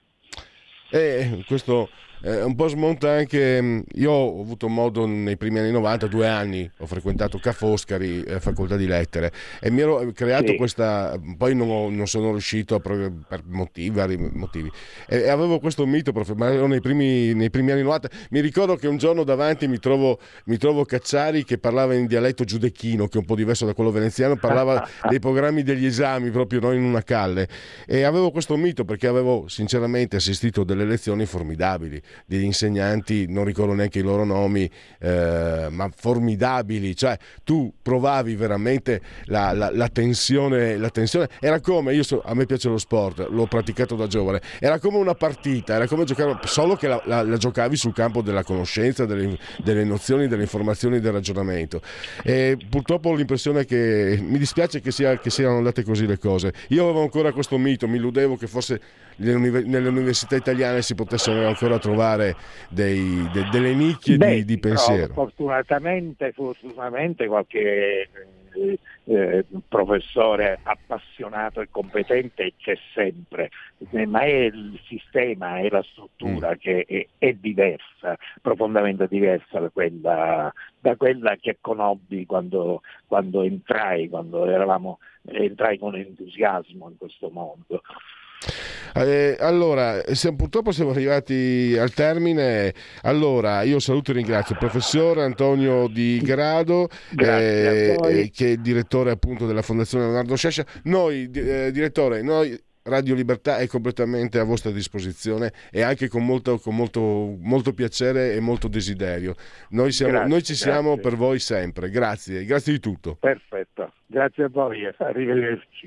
E questo eh, un po' smonta anche. Io ho avuto modo nei primi anni novanta, due anni, ho frequentato Ca' Foscari, eh, facoltà di lettere, e mi ero creato Sì. questa. Poi non, ho, non sono riuscito a, per motivi, vari motivi. E, e avevo questo mito, ma ero nei primi, nei primi anni novanta. Mi ricordo che un giorno davanti mi trovo, mi trovo Cacciari che parlava in dialetto giudecchino, che è un po' diverso da quello veneziano, parlava dei programmi degli esami proprio no, in una calle. E avevo questo mito perché avevo sinceramente assistito a delle lezioni formidabili degli insegnanti, non ricordo neanche i loro nomi, eh, ma formidabili, cioè tu provavi veramente la, la, la tensione, la tensione era come, io so, a me piace lo sport, l'ho praticato da giovane, era come una partita, era come giocare, solo che la, la, la giocavi sul campo della conoscenza, delle, delle nozioni, delle informazioni, del ragionamento. E purtroppo ho l'impressione che, mi dispiace che, sia, che siano andate così le cose. Io avevo ancora questo mito, mi illudevo che forse nelle università italiane si potessero ancora trovare dei, de, delle nicchie Beh, di, di pensiero. No, fortunatamente, fortunatamente qualche eh, eh, professore appassionato e competente c'è sempre, eh, ma è il sistema, è la struttura mm. che è, è diversa, profondamente diversa da quella, da quella che conobbi quando, quando entrai, quando eravamo, entrai con entusiasmo in questo mondo. Eh, allora, siamo, purtroppo siamo arrivati al termine. Allora, io saluto e ringrazio il professor Antonio Di Grado, eh, eh, che è direttore appunto della Fondazione Leonardo Sciascia. Noi, eh, direttore, noi Radio Libertà è completamente a vostra disposizione e anche con molto, con molto, molto piacere e molto desiderio. Noi, siamo, grazie, noi ci siamo grazie. per voi sempre. Grazie, grazie di tutto. Perfetto, grazie a voi, arrivederci.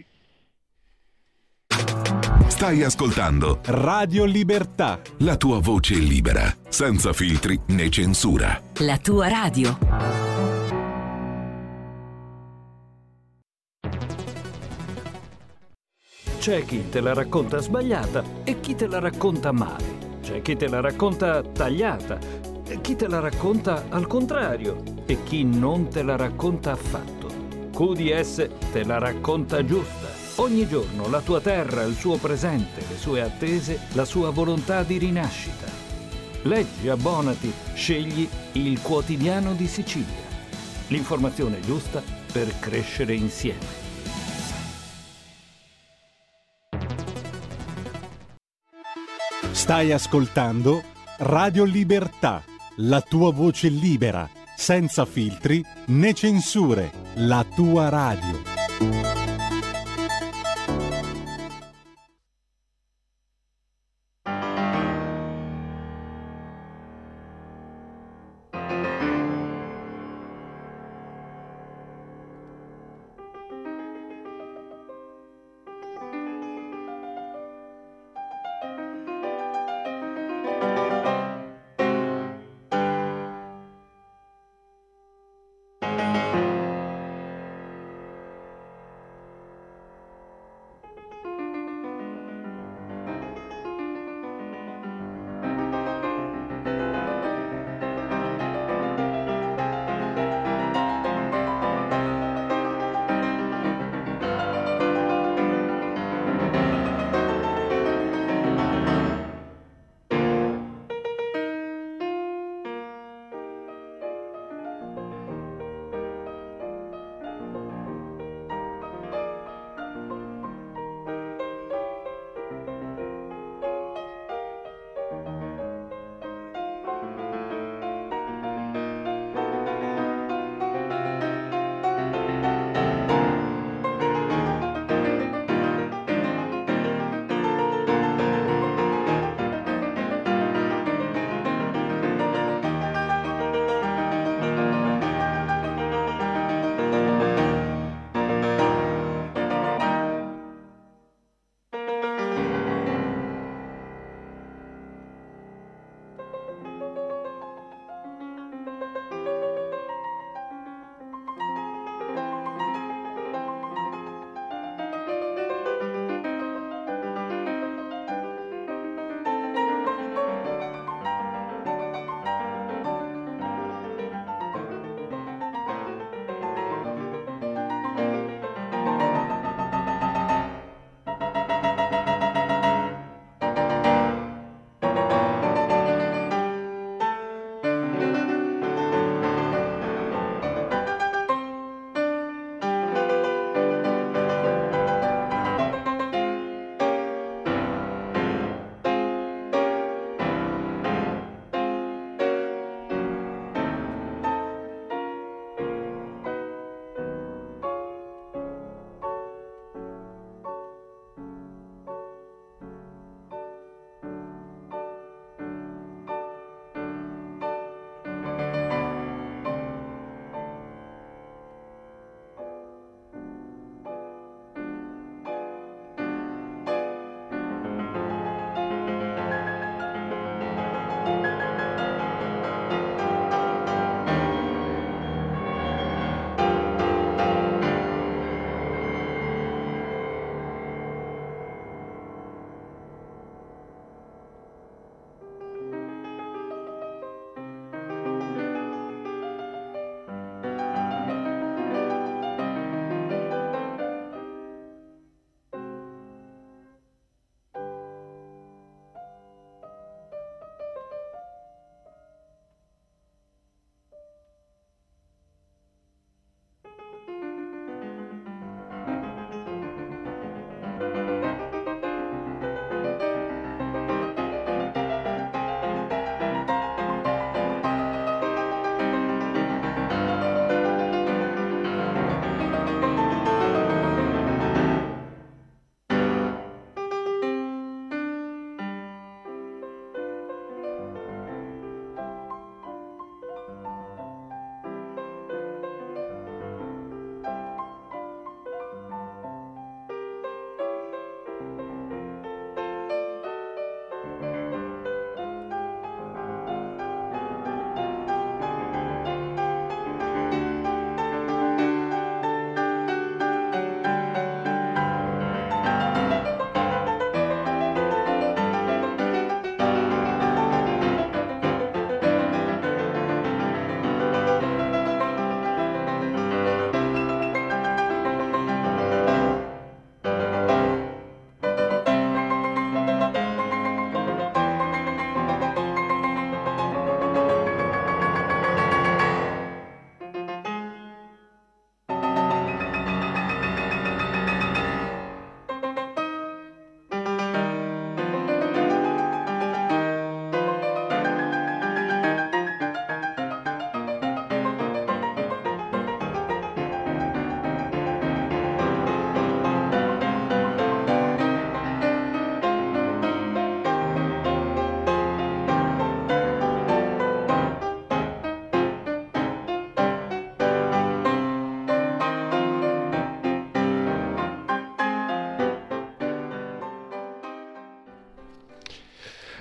Stai ascoltando Radio Libertà, la tua voce libera, senza filtri né censura. La tua radio. C'è chi te la racconta sbagliata e chi te la racconta male. C'è chi te la racconta tagliata e chi te la racconta al contrario e chi non te la racconta affatto. Q D S te la racconta giusta. Ogni giorno la tua terra, il suo presente, le sue attese, la sua volontà di rinascita. Leggi, abbonati, scegli il Quotidiano di Sicilia. L'informazione giusta per crescere insieme. Stai ascoltando Radio Libertà, la tua voce libera, senza filtri né censure, la tua radio.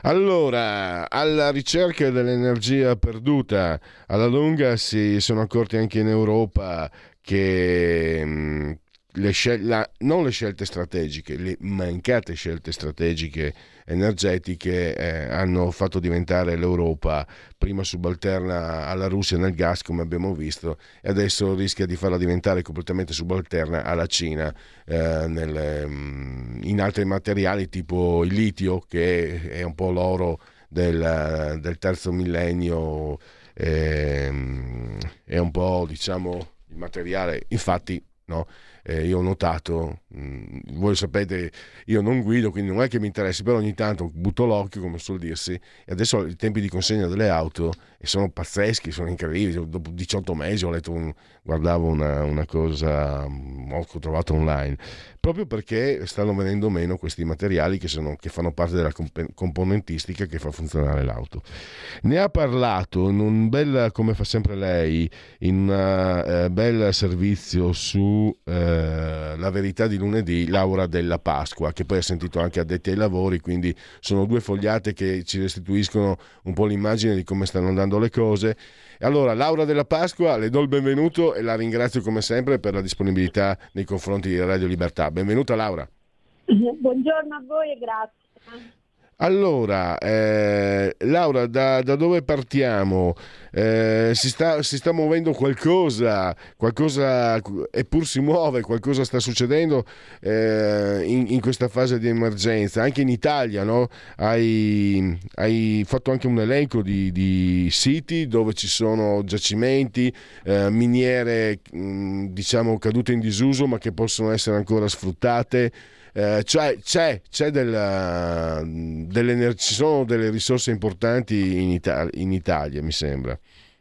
Allora, alla ricerca dell'energia perduta, alla lunga si sono accorti anche in Europa che mh, le scel- la, non le scelte strategiche, le mancate scelte strategiche energetiche eh, hanno fatto diventare l'Europa prima subalterna alla Russia nel gas, come abbiamo visto, e adesso rischia di farla diventare completamente subalterna alla Cina eh, nel, in altri materiali tipo il litio, che è un po' l'oro del, del terzo millennio, eh, è un po', diciamo, il materiale, infatti, no? Eh, io ho notato, mh, voi sapete, io non guido, quindi non è che mi interessi, però ogni tanto butto l'occhio, come suol dirsi, e adesso i tempi di consegna delle auto sono pazzeschi, sono incredibili. Dopo diciotto mesi ho letto un, guardavo una, una cosa, ho trovato online, proprio perché stanno venendo meno questi materiali che, sono, che fanno parte della comp- componentistica che fa funzionare l'auto. Ne ha parlato in un bel, come fa sempre lei, in un eh, bel servizio su eh, La verità di lunedì, Laura Della Pasqua, che poi ha sentito anche addetti ai lavori, quindi sono due fogliate che ci restituiscono un po' l'immagine di come stanno andando le cose. Allora, Laura Della Pasqua, le do il benvenuto e la ringrazio come sempre per la disponibilità nei confronti di Radio Libertà. Benvenuta Laura. Buongiorno a voi e grazie. Allora, eh, Laura, da, da dove partiamo? Eh, si, sta, si sta muovendo qualcosa, qualcosa, eppur si muove, qualcosa sta succedendo eh, in, in questa fase di emergenza, anche in Italia, no? Hai, hai fatto anche un elenco di, di siti dove ci sono giacimenti, eh, miniere, mh, diciamo, cadute in disuso, ma che possono essere ancora sfruttate. Eh, cioè c'è, c'è della, dell'energia, ci sono delle risorse importanti in, Ita- in Italia, mi sembra.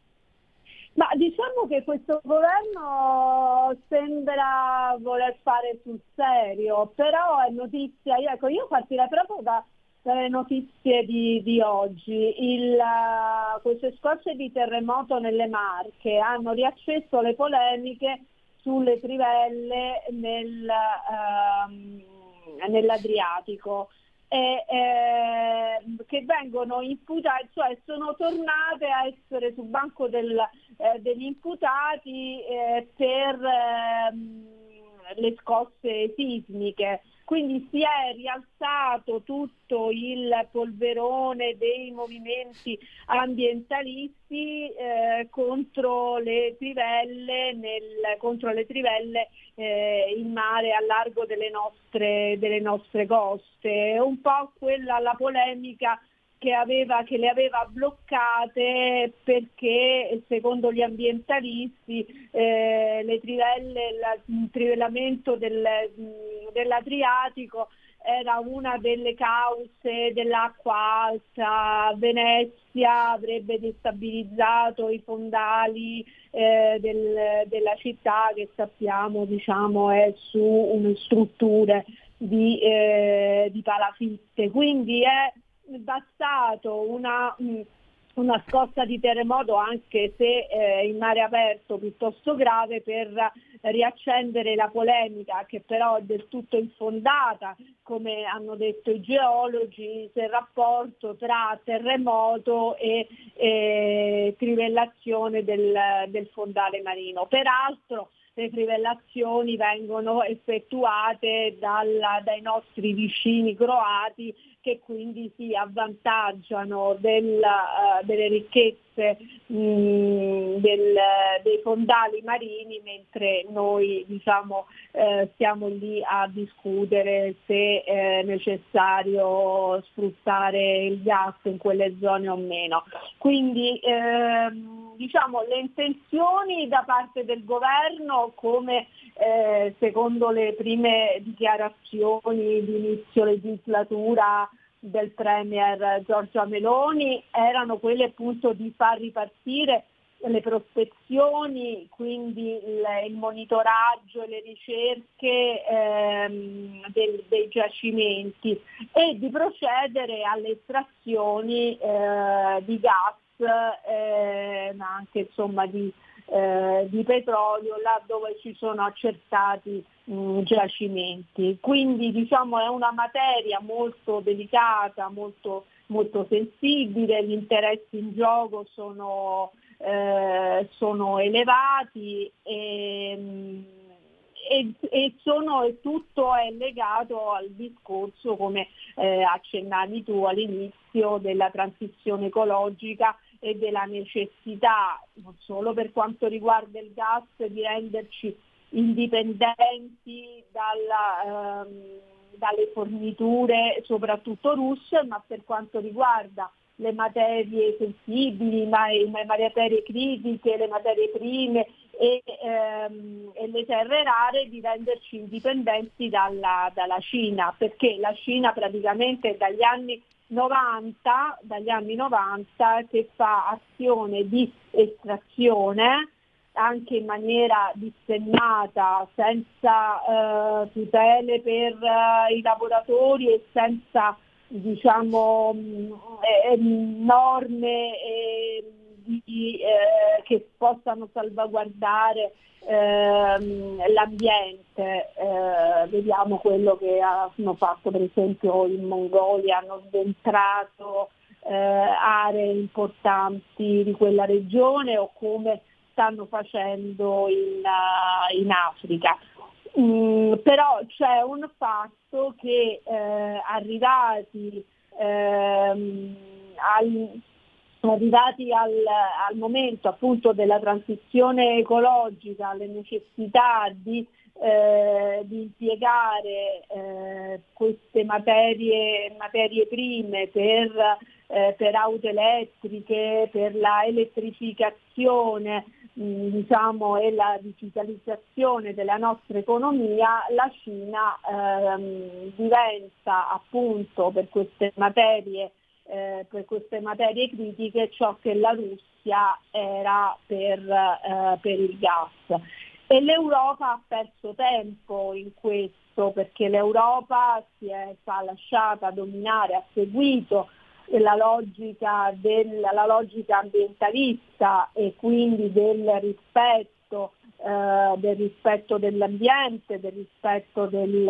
Ma diciamo che questo governo sembra voler fare sul serio, però è notizia, ecco, io partirei proprio da, dalle notizie di, di oggi. Il, uh, queste scosse di terremoto nelle Marche hanno riacceso le polemiche sulle trivelle nel, uh, nell'Adriatico. E, eh, che vengono imputate, cioè sono tornate a essere sul banco del, eh, degli imputati eh, per eh, le scosse sismiche. Quindi si è rialzato tutto il polverone dei movimenti ambientalisti eh, contro le trivelle, nel, contro le trivelle eh, in mare a largo delle nostre, delle nostre coste. Un po' quella la polemica che, aveva, che le aveva bloccate, perché secondo gli ambientalisti eh, le trivelle, la, il trivellamento del, dell'Adriatico era una delle cause dell'acqua alta. Venezia avrebbe destabilizzato i fondali eh, del, della città, che sappiamo, diciamo, è su une strutture di, eh, di palafitte. Quindi è bastato una, una scossa di terremoto, anche se eh, in mare aperto, piuttosto grave, per riaccendere la polemica, che però è del tutto infondata, come hanno detto i geologi, del rapporto tra terremoto e, e trivellazione del, del fondale marino. Peraltro le trivellazioni vengono effettuate dalla, dai nostri vicini croati, che quindi si avvantaggiano del, uh, delle ricchezze mh, del, dei fondali marini, mentre noi, diciamo, eh, stiamo lì a discutere se è necessario sfruttare il gas in quelle zone o meno. Quindi ehm, diciamo, le intenzioni da parte del governo, come eh, secondo le prime dichiarazioni di inizio legislatura del premier Giorgia Meloni, erano quelle appunto di far ripartire le prospezioni, quindi il, il monitoraggio e le ricerche ehm, del, dei giacimenti, e di procedere alle estrazioni eh, di gas, eh, ma anche insomma di, eh, di petrolio là dove ci sono accertati mh, giacimenti. Quindi diciamo è una materia molto delicata, molto, molto sensibile, gli interessi in gioco sono, eh, sono elevati e, mh, E, e, sono, e tutto è legato al discorso, come eh, accennavi tu all'inizio, della transizione ecologica e della necessità, non solo per quanto riguarda il gas, di renderci indipendenti dalla, ehm, dalle forniture soprattutto russe, ma per quanto riguarda le materie sensibili, ma le materie critiche, le materie prime e, ehm, e le terre rare, di renderci indipendenti dalla, dalla Cina, perché la Cina praticamente dagli anni novanta, dagli anni novanta che fa azione di estrazione anche in maniera dissennata, senza eh, tutele per eh, i lavoratori e senza diciamo eh, norme eh, di, eh, che possano salvaguardare eh, l'ambiente. Eh, vediamo quello che hanno fatto per esempio in Mongolia, hanno sventrato eh, aree importanti di quella regione, o come stanno facendo in, uh, in Africa. Mm, però c'è un fatto che eh, arrivati, ehm, al, arrivati al, al momento appunto della transizione ecologica, alle necessità di, eh, di impiegare eh, queste materie, materie prime per, eh, per auto elettriche, per la elettrificazione, diciamo, e la digitalizzazione della nostra economia, la Cina ehm, diventa appunto per queste materie eh, per queste materie critiche ciò che la Russia era per, eh, per il gas. E l'Europa ha perso tempo in questo, perché l'Europa si è fa lasciata dominare, ha seguito la logica, del, la logica ambientalista e quindi del rispetto, eh, del rispetto dell'ambiente, del rispetto del,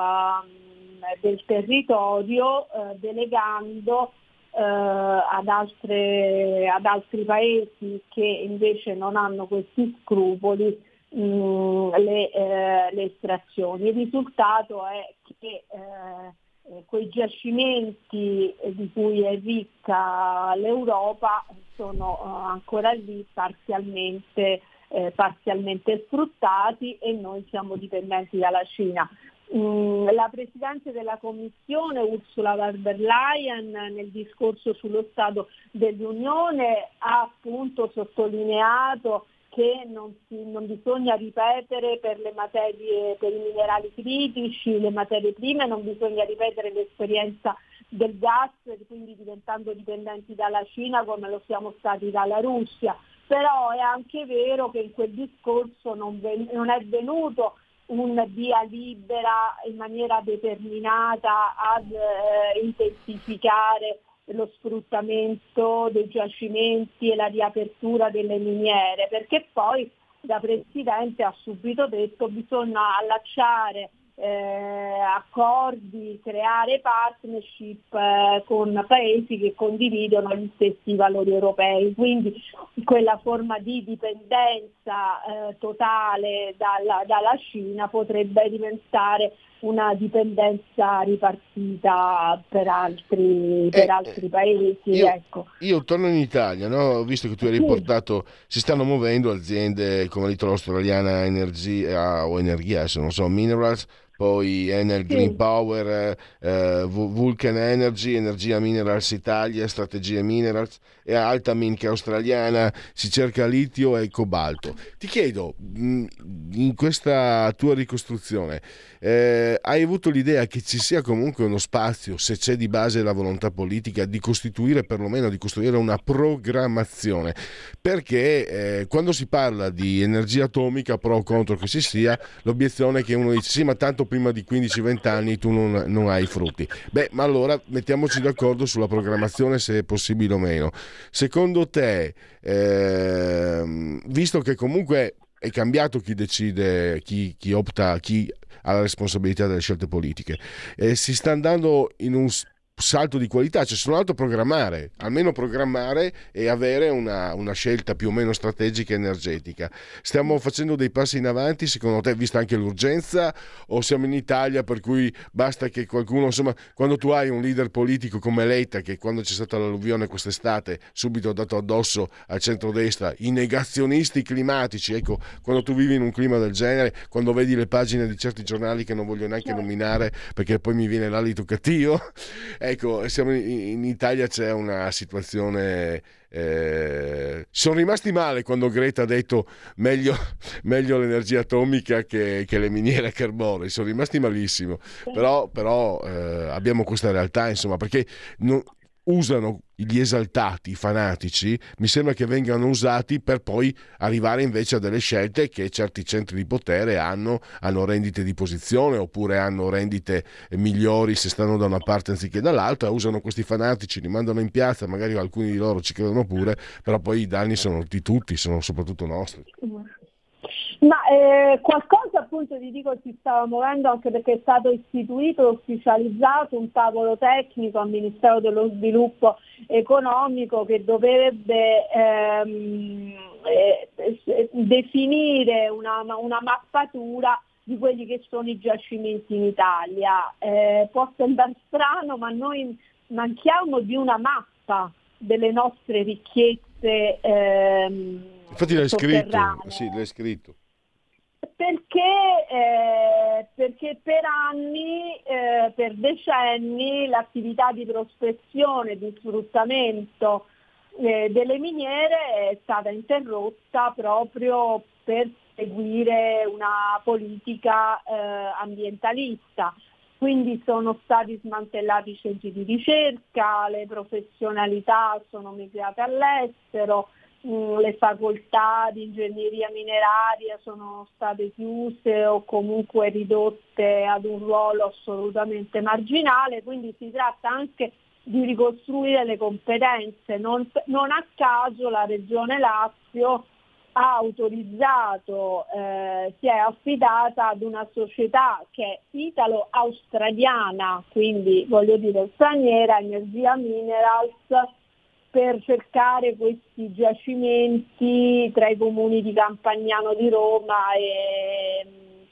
del territorio, eh, delegando eh, ad, altre, ad altri paesi che invece non hanno questi scrupoli mh, le, eh, le estrazioni. Il risultato è che eh, Eh, quei giacimenti eh, di cui è ricca l'Europa sono eh, ancora lì parzialmente, eh, parzialmente sfruttati, e noi siamo dipendenti dalla Cina. Mm, la Presidente della Commissione, Ursula von der Leyen, nel discorso sullo Stato dell'Unione ha appunto sottolineato che non, si, non bisogna ripetere per le materie, per i minerali critici, le materie prime, non bisogna ripetere l'esperienza del gas, quindi diventando dipendenti dalla Cina come lo siamo stati dalla Russia. Però è anche vero che in quel discorso non, ven- non è venuto un via libera in maniera determinata ad eh, intensificare lo sfruttamento dei giacimenti e la riapertura delle miniere, perché poi da Presidente ha subito detto bisogna allacciare eh, accordi, creare partnership eh, con paesi che condividono gli stessi valori europei, quindi quella forma di dipendenza eh, totale dalla, dalla Cina potrebbe diventare una dipendenza ripartita per altri, per eh, altri paesi. Io, ecco. io torno in Italia, no? Visto che tu hai riportato, si stanno muovendo aziende come l'italo-australiana Energia o Energia, adesso non so, Minerals, poi Enel Green Sì. Power, eh, Vulcan Energy, Energia Minerals Italia, Strategie Minerals e Altamin che è australiana, si cerca litio e cobalto. Ti chiedo, in questa tua ricostruzione, eh, hai avuto l'idea che ci sia comunque uno spazio, se c'è di base la volontà politica, di costituire perlomeno di costruire una programmazione? Perché eh, quando si parla di energia atomica, pro o contro che si sia, l'obiezione è che uno dice sì, ma tanto prima di quindici venti anni tu non, non hai i frutti. Beh, ma allora mettiamoci d'accordo sulla programmazione, se è possibile o meno. Secondo te, ehm, visto che comunque è cambiato chi decide, chi, chi opta, chi ha la responsabilità delle scelte politiche, eh, si sta andando in un salto di qualità, c'è solo altro programmare, almeno programmare e avere una, una scelta più o meno strategica e energetica. Stiamo facendo dei passi in avanti, secondo te, vista anche l'urgenza, o siamo in Italia per cui basta che qualcuno, insomma, quando tu hai un leader politico come Letta, che quando c'è stata l'alluvione quest'estate subito ha dato addosso al centrodestra i negazionisti climatici, ecco, quando tu vivi in un clima del genere, quando vedi le pagine di certi giornali che non voglio neanche nominare perché poi mi viene l'alito cattivo, ecco, siamo in, in Italia, c'è una situazione, eh, sono rimasti male quando Greta ha detto meglio, meglio l'energia atomica che, che le miniere a carbone, sono rimasti malissimo, però, però eh, abbiamo questa realtà, insomma, perché non, usano gli esaltati, i fanatici, mi sembra che vengano usati per poi arrivare invece a delle scelte che certi centri di potere hanno, hanno rendite di posizione oppure hanno rendite migliori se stanno da una parte anziché dall'altra, usano questi fanatici, li mandano in piazza, magari alcuni di loro ci credono pure, però poi i danni sono di tutti, sono soprattutto nostri. Ma eh, qualcosa appunto ti dico si stava muovendo, anche perché è stato istituito e ufficializzato un tavolo tecnico al Ministero dello Sviluppo Economico che dovrebbe ehm, eh, definire una, una mappatura di quelli che sono i giacimenti in Italia. Eh, può sembrare strano, ma noi manchiamo di una mappa delle nostre ricchezze ehm, infatti l'hai scritto, sì, l'hai scritto. Perché, eh, perché per anni, eh, per decenni, l'attività di prospezione, di sfruttamento eh, delle miniere è stata interrotta proprio per seguire una politica eh, ambientalista. Quindi sono stati smantellati i centri di ricerca, le professionalità sono migrate all'estero, le facoltà di ingegneria mineraria sono state chiuse o comunque ridotte ad un ruolo assolutamente marginale, quindi si tratta anche di ricostruire le competenze. Non, non a caso la Regione Lazio ha autorizzato, eh, si è affidata ad una società che è italo-australiana, quindi voglio dire straniera, Energia Minerals, per cercare questi giacimenti tra i comuni di Campagnano di Roma e,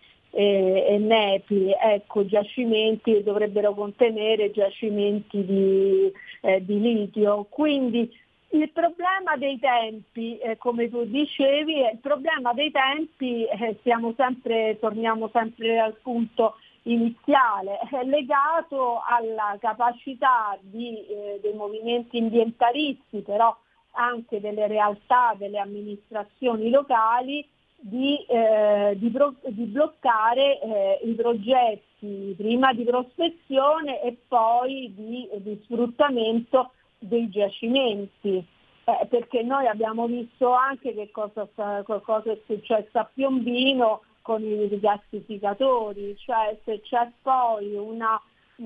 e, e Nepi, ecco, giacimenti che dovrebbero contenere giacimenti di, eh, di litio. Quindi il problema dei tempi, eh, come tu dicevi, il problema dei tempi, eh, siamo sempre, torniamo sempre al punto iniziale, è legato alla capacità di, eh, dei movimenti ambientalisti, però anche delle realtà, delle amministrazioni locali, di, eh, di, pro- di bloccare eh, i progetti prima di prospezione e poi di, di sfruttamento dei giacimenti. Eh, perché noi abbiamo visto anche che cosa, cosa è successo a Piombino con i rigassificatori, cioè se c'è poi una,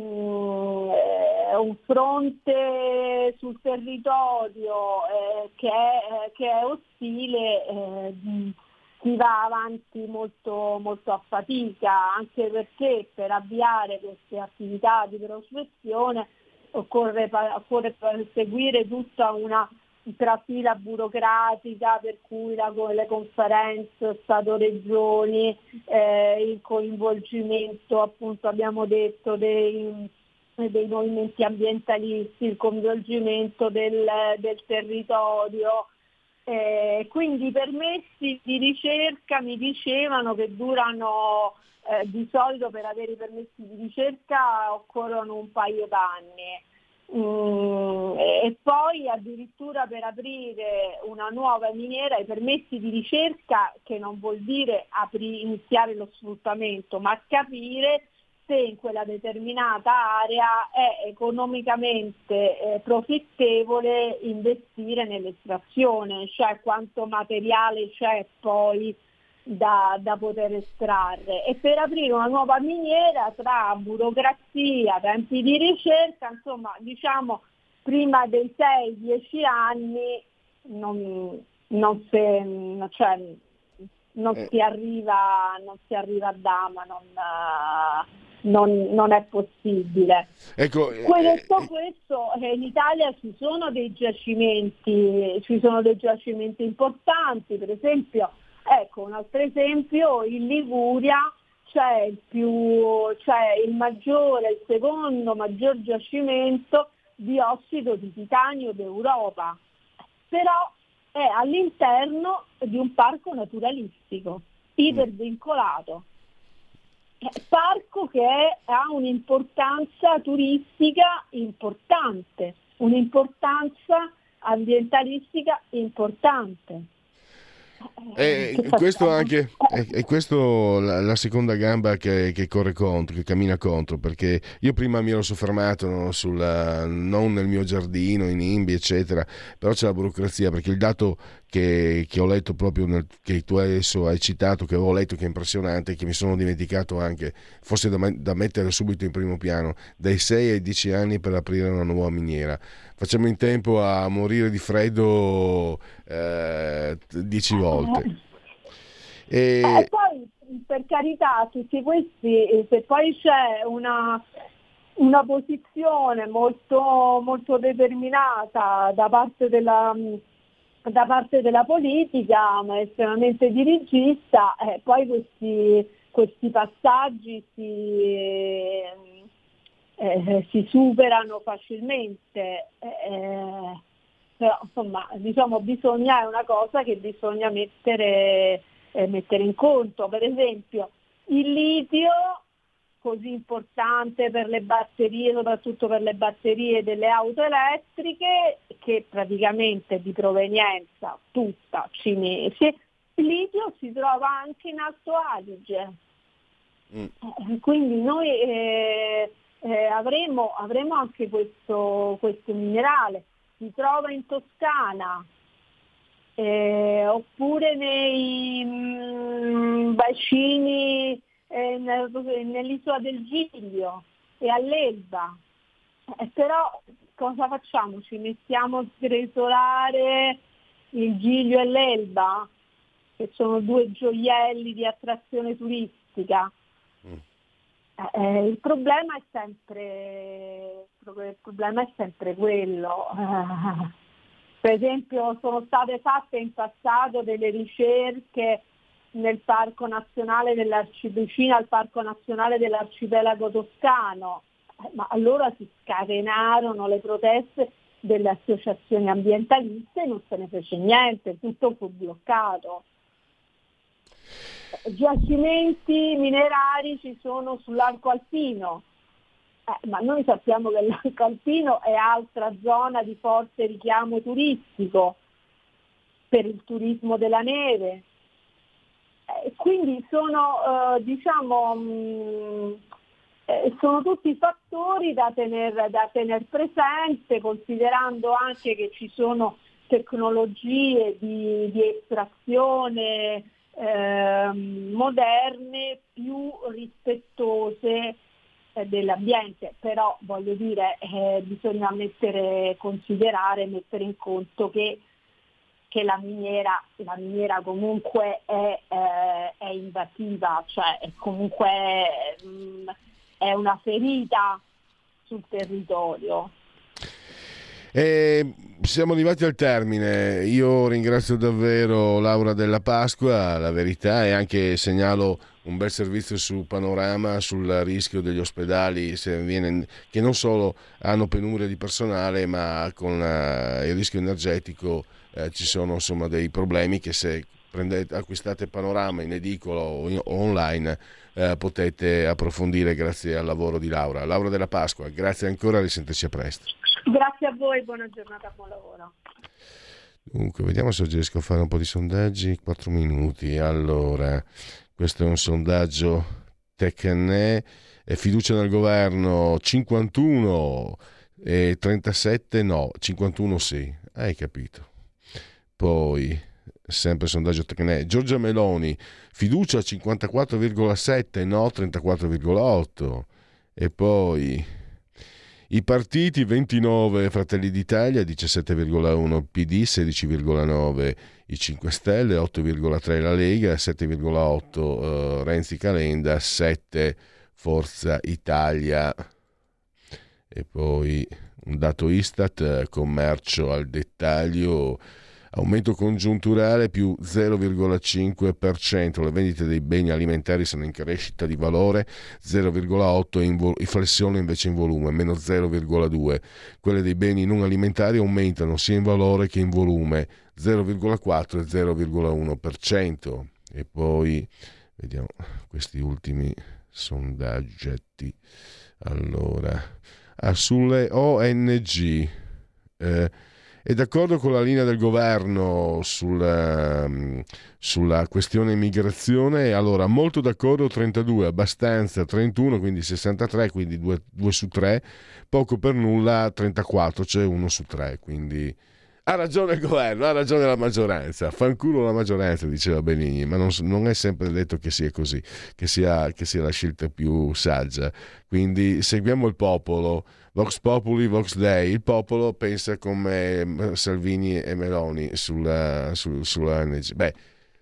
um, eh, un fronte sul territorio eh, che, è, che è ostile, eh, si va avanti molto, molto a fatica, anche perché per avviare queste attività di prospezione occorre, occorre seguire tutta una trafila burocratica, per cui la, le conferenze Stato-Regioni, eh, il coinvolgimento, appunto abbiamo detto, dei, dei movimenti ambientalisti, il coinvolgimento del, del territorio. Eh, quindi i permessi di ricerca mi dicevano che durano, eh, di solito per avere i permessi di ricerca occorrono un paio d'anni. Mm, e poi addirittura per aprire una nuova miniera i permessi di ricerca, che non vuol dire apri, iniziare lo sfruttamento, ma capire se in quella determinata area è economicamente eh, profittevole investire nell'estrazione, cioè quanto materiale c'è poi da, da poter estrarre, e per aprire una nuova miniera tra burocrazia, tempi di ricerca, insomma, diciamo prima dei sei dieci anni non, non, si, cioè, non eh. si arriva non si arriva a Dama, non, non, non è possibile. Ecco, Detto eh, questo, in Italia ci sono dei giacimenti, ci sono dei giacimenti importanti, per esempio, ecco un altro esempio, in Liguria c'è il più, c'è il maggiore, il secondo maggior giacimento di ossido di titanio d'Europa, però è all'interno di un parco naturalistico, ipervincolato. Parco che è, ha un'importanza turistica importante, un'importanza ambientalistica importante. E questo anche è, è questo la, la seconda gamba che, che corre contro, che cammina contro, perché io prima mi ero soffermato, no, sulla, non nel mio giardino, in Imbi, eccetera, però c'è la burocrazia, perché il dato che, che ho letto proprio nel, che tu adesso hai citato, che avevo letto, che è impressionante, che mi sono dimenticato anche, forse da, da mettere subito in primo piano, dai sei ai dieci anni per aprire una nuova miniera. Facciamo in tempo a morire di freddo eh, dieci volte. E... e poi, per carità, tutti questi, se poi c'è una, una posizione molto, molto determinata da parte della, da parte della politica, ma estremamente dirigista, eh, poi questi, questi passaggi si... Eh, si superano facilmente, eh, però insomma diciamo bisogna, è una cosa che bisogna mettere, eh, mettere in conto. Per esempio il litio, così importante per le batterie, soprattutto per le batterie delle auto elettriche, che praticamente è di provenienza tutta cinese, il litio si trova anche in Alto Adige, mm. eh, quindi noi eh, Eh, avremo, avremo anche questo, questo minerale, si trova in Toscana, eh, oppure nei mh, bacini eh, nel, nell'isola del Giglio e all'Elba, eh, però cosa facciamo? Ci mettiamo a sgretolare il Giglio e l'Elba, che sono due gioielli di attrazione turistica? Eh, il problema è sempre il problema è sempre quello. Eh, per esempio sono state fatte in passato delle ricerche nel Parco Nazionale dell'Arcipelago, al Parco Nazionale dell'Arcipelago Toscano, eh, ma allora si scatenarono le proteste delle associazioni ambientaliste e non se ne fece niente, tutto fu bloccato. Giacimenti minerari ci sono sull'arco alpino, eh, ma noi sappiamo che l'arco alpino è altra zona di forte richiamo turistico per il turismo della neve, eh, quindi sono eh, diciamo mh, eh, sono tutti fattori da tener, da tener presente, considerando anche che ci sono tecnologie di, di estrazione Eh, moderne, più rispettose eh, dell'ambiente, però voglio dire eh, bisogna mettere, considerare, mettere in conto che, che la miniera, la miniera comunque è, eh, è invasiva, cioè è comunque mh, è una ferita sul territorio. E siamo arrivati al termine. Io ringrazio davvero Laura Della Pasqua, la verità, e anche segnalo un bel servizio su Panorama sul rischio degli ospedali, se viene, che non solo hanno penuria di personale, ma con uh, il rischio energetico eh, ci sono insomma dei problemi che, se prendete, acquistate Panorama in edicola o, in, o online, eh, potete approfondire grazie al lavoro di Laura. Laura Della Pasqua, grazie ancora, risentirci a presto. Grazie a voi, buona giornata, buon lavoro. Dunque, vediamo se riesco a fare un po' di sondaggi. Quattro minuti. Allora, questo è un sondaggio Tecne, fiducia nel governo cinquantuno e trentasette no, cinquantuno sì, hai capito. Poi sempre sondaggio Tecne. Giorgia Meloni, fiducia cinquantaquattro virgola sette, no trentaquattro virgola otto. E poi i partiti ventinove, Fratelli d'Italia diciassette virgola uno, P D sedici virgola nove, i cinque Stelle otto virgola tre, la Lega sette virgola otto, uh, Renzi Calenda sette, Forza Italia. E poi un dato Istat, commercio al dettaglio, aumento congiunturale più zero virgola cinque per cento, le vendite dei beni alimentari sono in crescita di valore zero virgola otto e in vo- flessione invece in volume, meno zero virgola due. Quelle dei beni non alimentari aumentano sia in valore che in volume, zero virgola quattro e zero virgola uno per cento. E poi vediamo questi ultimi sondaggetti. Allora, ah, sulle O N G, eh, è d'accordo con la linea del governo sulla, sulla questione immigrazione? Allora, molto d'accordo trentadue, abbastanza trentuno, quindi sessantatré, quindi due su tre, poco per nulla trentaquattro, cioè uno su tre, quindi ha ragione il governo, ha ragione la maggioranza, fanculo la maggioranza, diceva Benigni, ma non, non è sempre detto che sia così, che sia, che sia la scelta più saggia, quindi seguiamo il popolo. Vox Populi, Vox Dei, il popolo pensa come Salvini e Meloni sulla, sul, sulla O N G. Beh,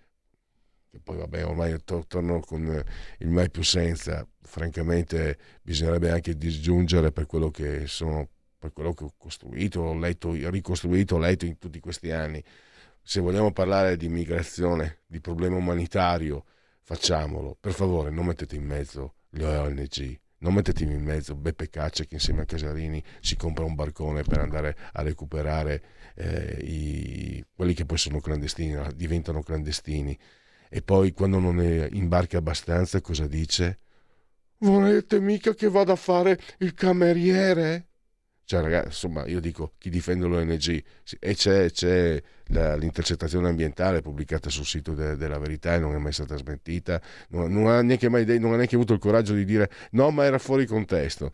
e poi vabbè, ormai to- torno con il mai più senza, francamente bisognerebbe anche disgiungere per quello che sono, per quello che ho costruito, ho letto, ho ricostruito, ho letto in tutti questi anni. Se vogliamo parlare di immigrazione, di problema umanitario, facciamolo. Per favore, non mettete in mezzo le O N G. Non mettetevi in mezzo Beppe Caccia che insieme a Casarini si compra un barcone per andare a recuperare eh, i, quelli che poi sono clandestini, diventano clandestini. E poi quando non ne imbarca abbastanza cosa dice? Volete mica che vada a fare il cameriere? Cioè ragazzi, insomma, io dico, chi difende l'O N G? E c'è, c'è la, l'intercettazione ambientale pubblicata sul sito de, della Verità e non è mai stata smentita, non, non, ha neanche mai de, non ha neanche avuto il coraggio di dire no, ma era fuori contesto.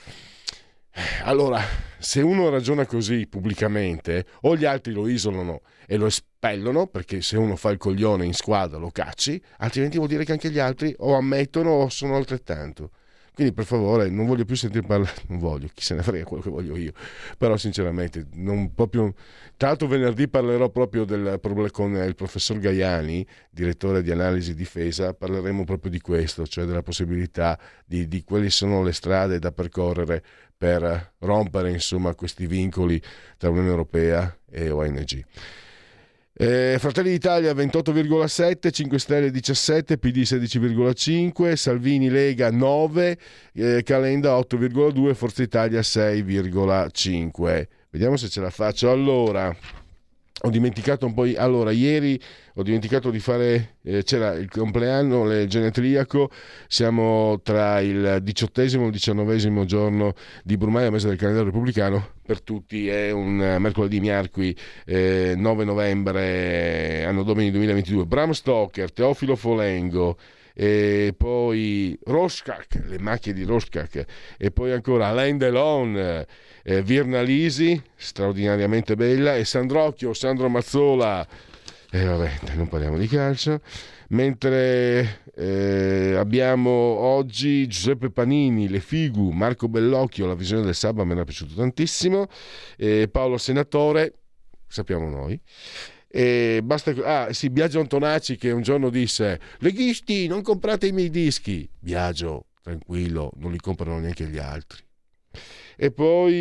Allora, se uno ragiona così pubblicamente, o gli altri lo isolano e lo espellono, perché se uno fa il coglione in squadra lo cacci, altrimenti vuol dire che anche gli altri o ammettono o sono altrettanto. Quindi per favore non voglio più sentire parlare, non voglio, chi se ne frega quello che voglio io, però sinceramente non proprio. Tra l'altro venerdì parlerò proprio del problema con il professor Gaiani, direttore di analisi difesa, parleremo proprio di questo, cioè della possibilità di, di quali sono le strade da percorrere per rompere insomma questi vincoli tra Unione Europea e O N G. Eh, Fratelli d'Italia ventotto virgola sette, cinque Stelle diciassette, P D sedici virgola cinque, Salvini Lega nove, eh, Calenda otto virgola due, Forza Italia sei virgola cinque. Vediamo se ce la faccio. Allora, ho dimenticato un po'. Allora, ieri ho dimenticato di fare. Eh, c'era il compleanno, il genetriaco. Siamo tra il diciottesimo e il diciannovesimo giorno di Brumaio, mese del calendario repubblicano. Per tutti è un mercoledì miarqui eh, nove novembre, anno domini duemilaventidue. Bram Stoker, Teofilo Folengo. E poi Rorschach, le macchie di Rorschach, e poi ancora Alain Delon, eh, Virna Lisi, straordinariamente bella, e Sandrocchio, Sandro Mazzola, e eh, vabbè, non parliamo di calcio, mentre eh, abbiamo oggi Giuseppe Panini, Le Figu, Marco Bellocchio, La visione del sabato mi era piaciuto tantissimo, e Paolo Senatore, sappiamo noi. E basta. Ah sì, Biagio Antonacci che un giorno disse: leghisti, non comprate i miei dischi. Biagio, tranquillo, non li comprano neanche gli altri. E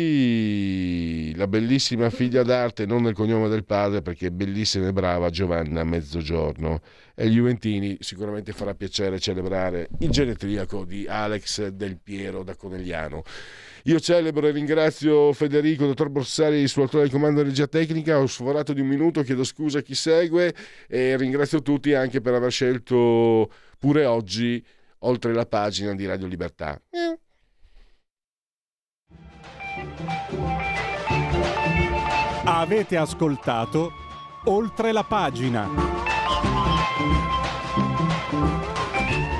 poi la bellissima figlia d'arte, non nel cognome del padre perché è bellissima e brava, Giovanna Mezzogiorno. E gli Juventini sicuramente farà piacere celebrare il genetriaco di Alex Del Piero da Conegliano. Io celebro e ringrazio Federico, dottor Borsari, suo autore del comando di regia tecnica. Ho sforato di un minuto, chiedo scusa a chi segue e ringrazio tutti anche per aver scelto pure oggi Oltre la pagina di Radio Libertà. Avete ascoltato Oltre la pagina.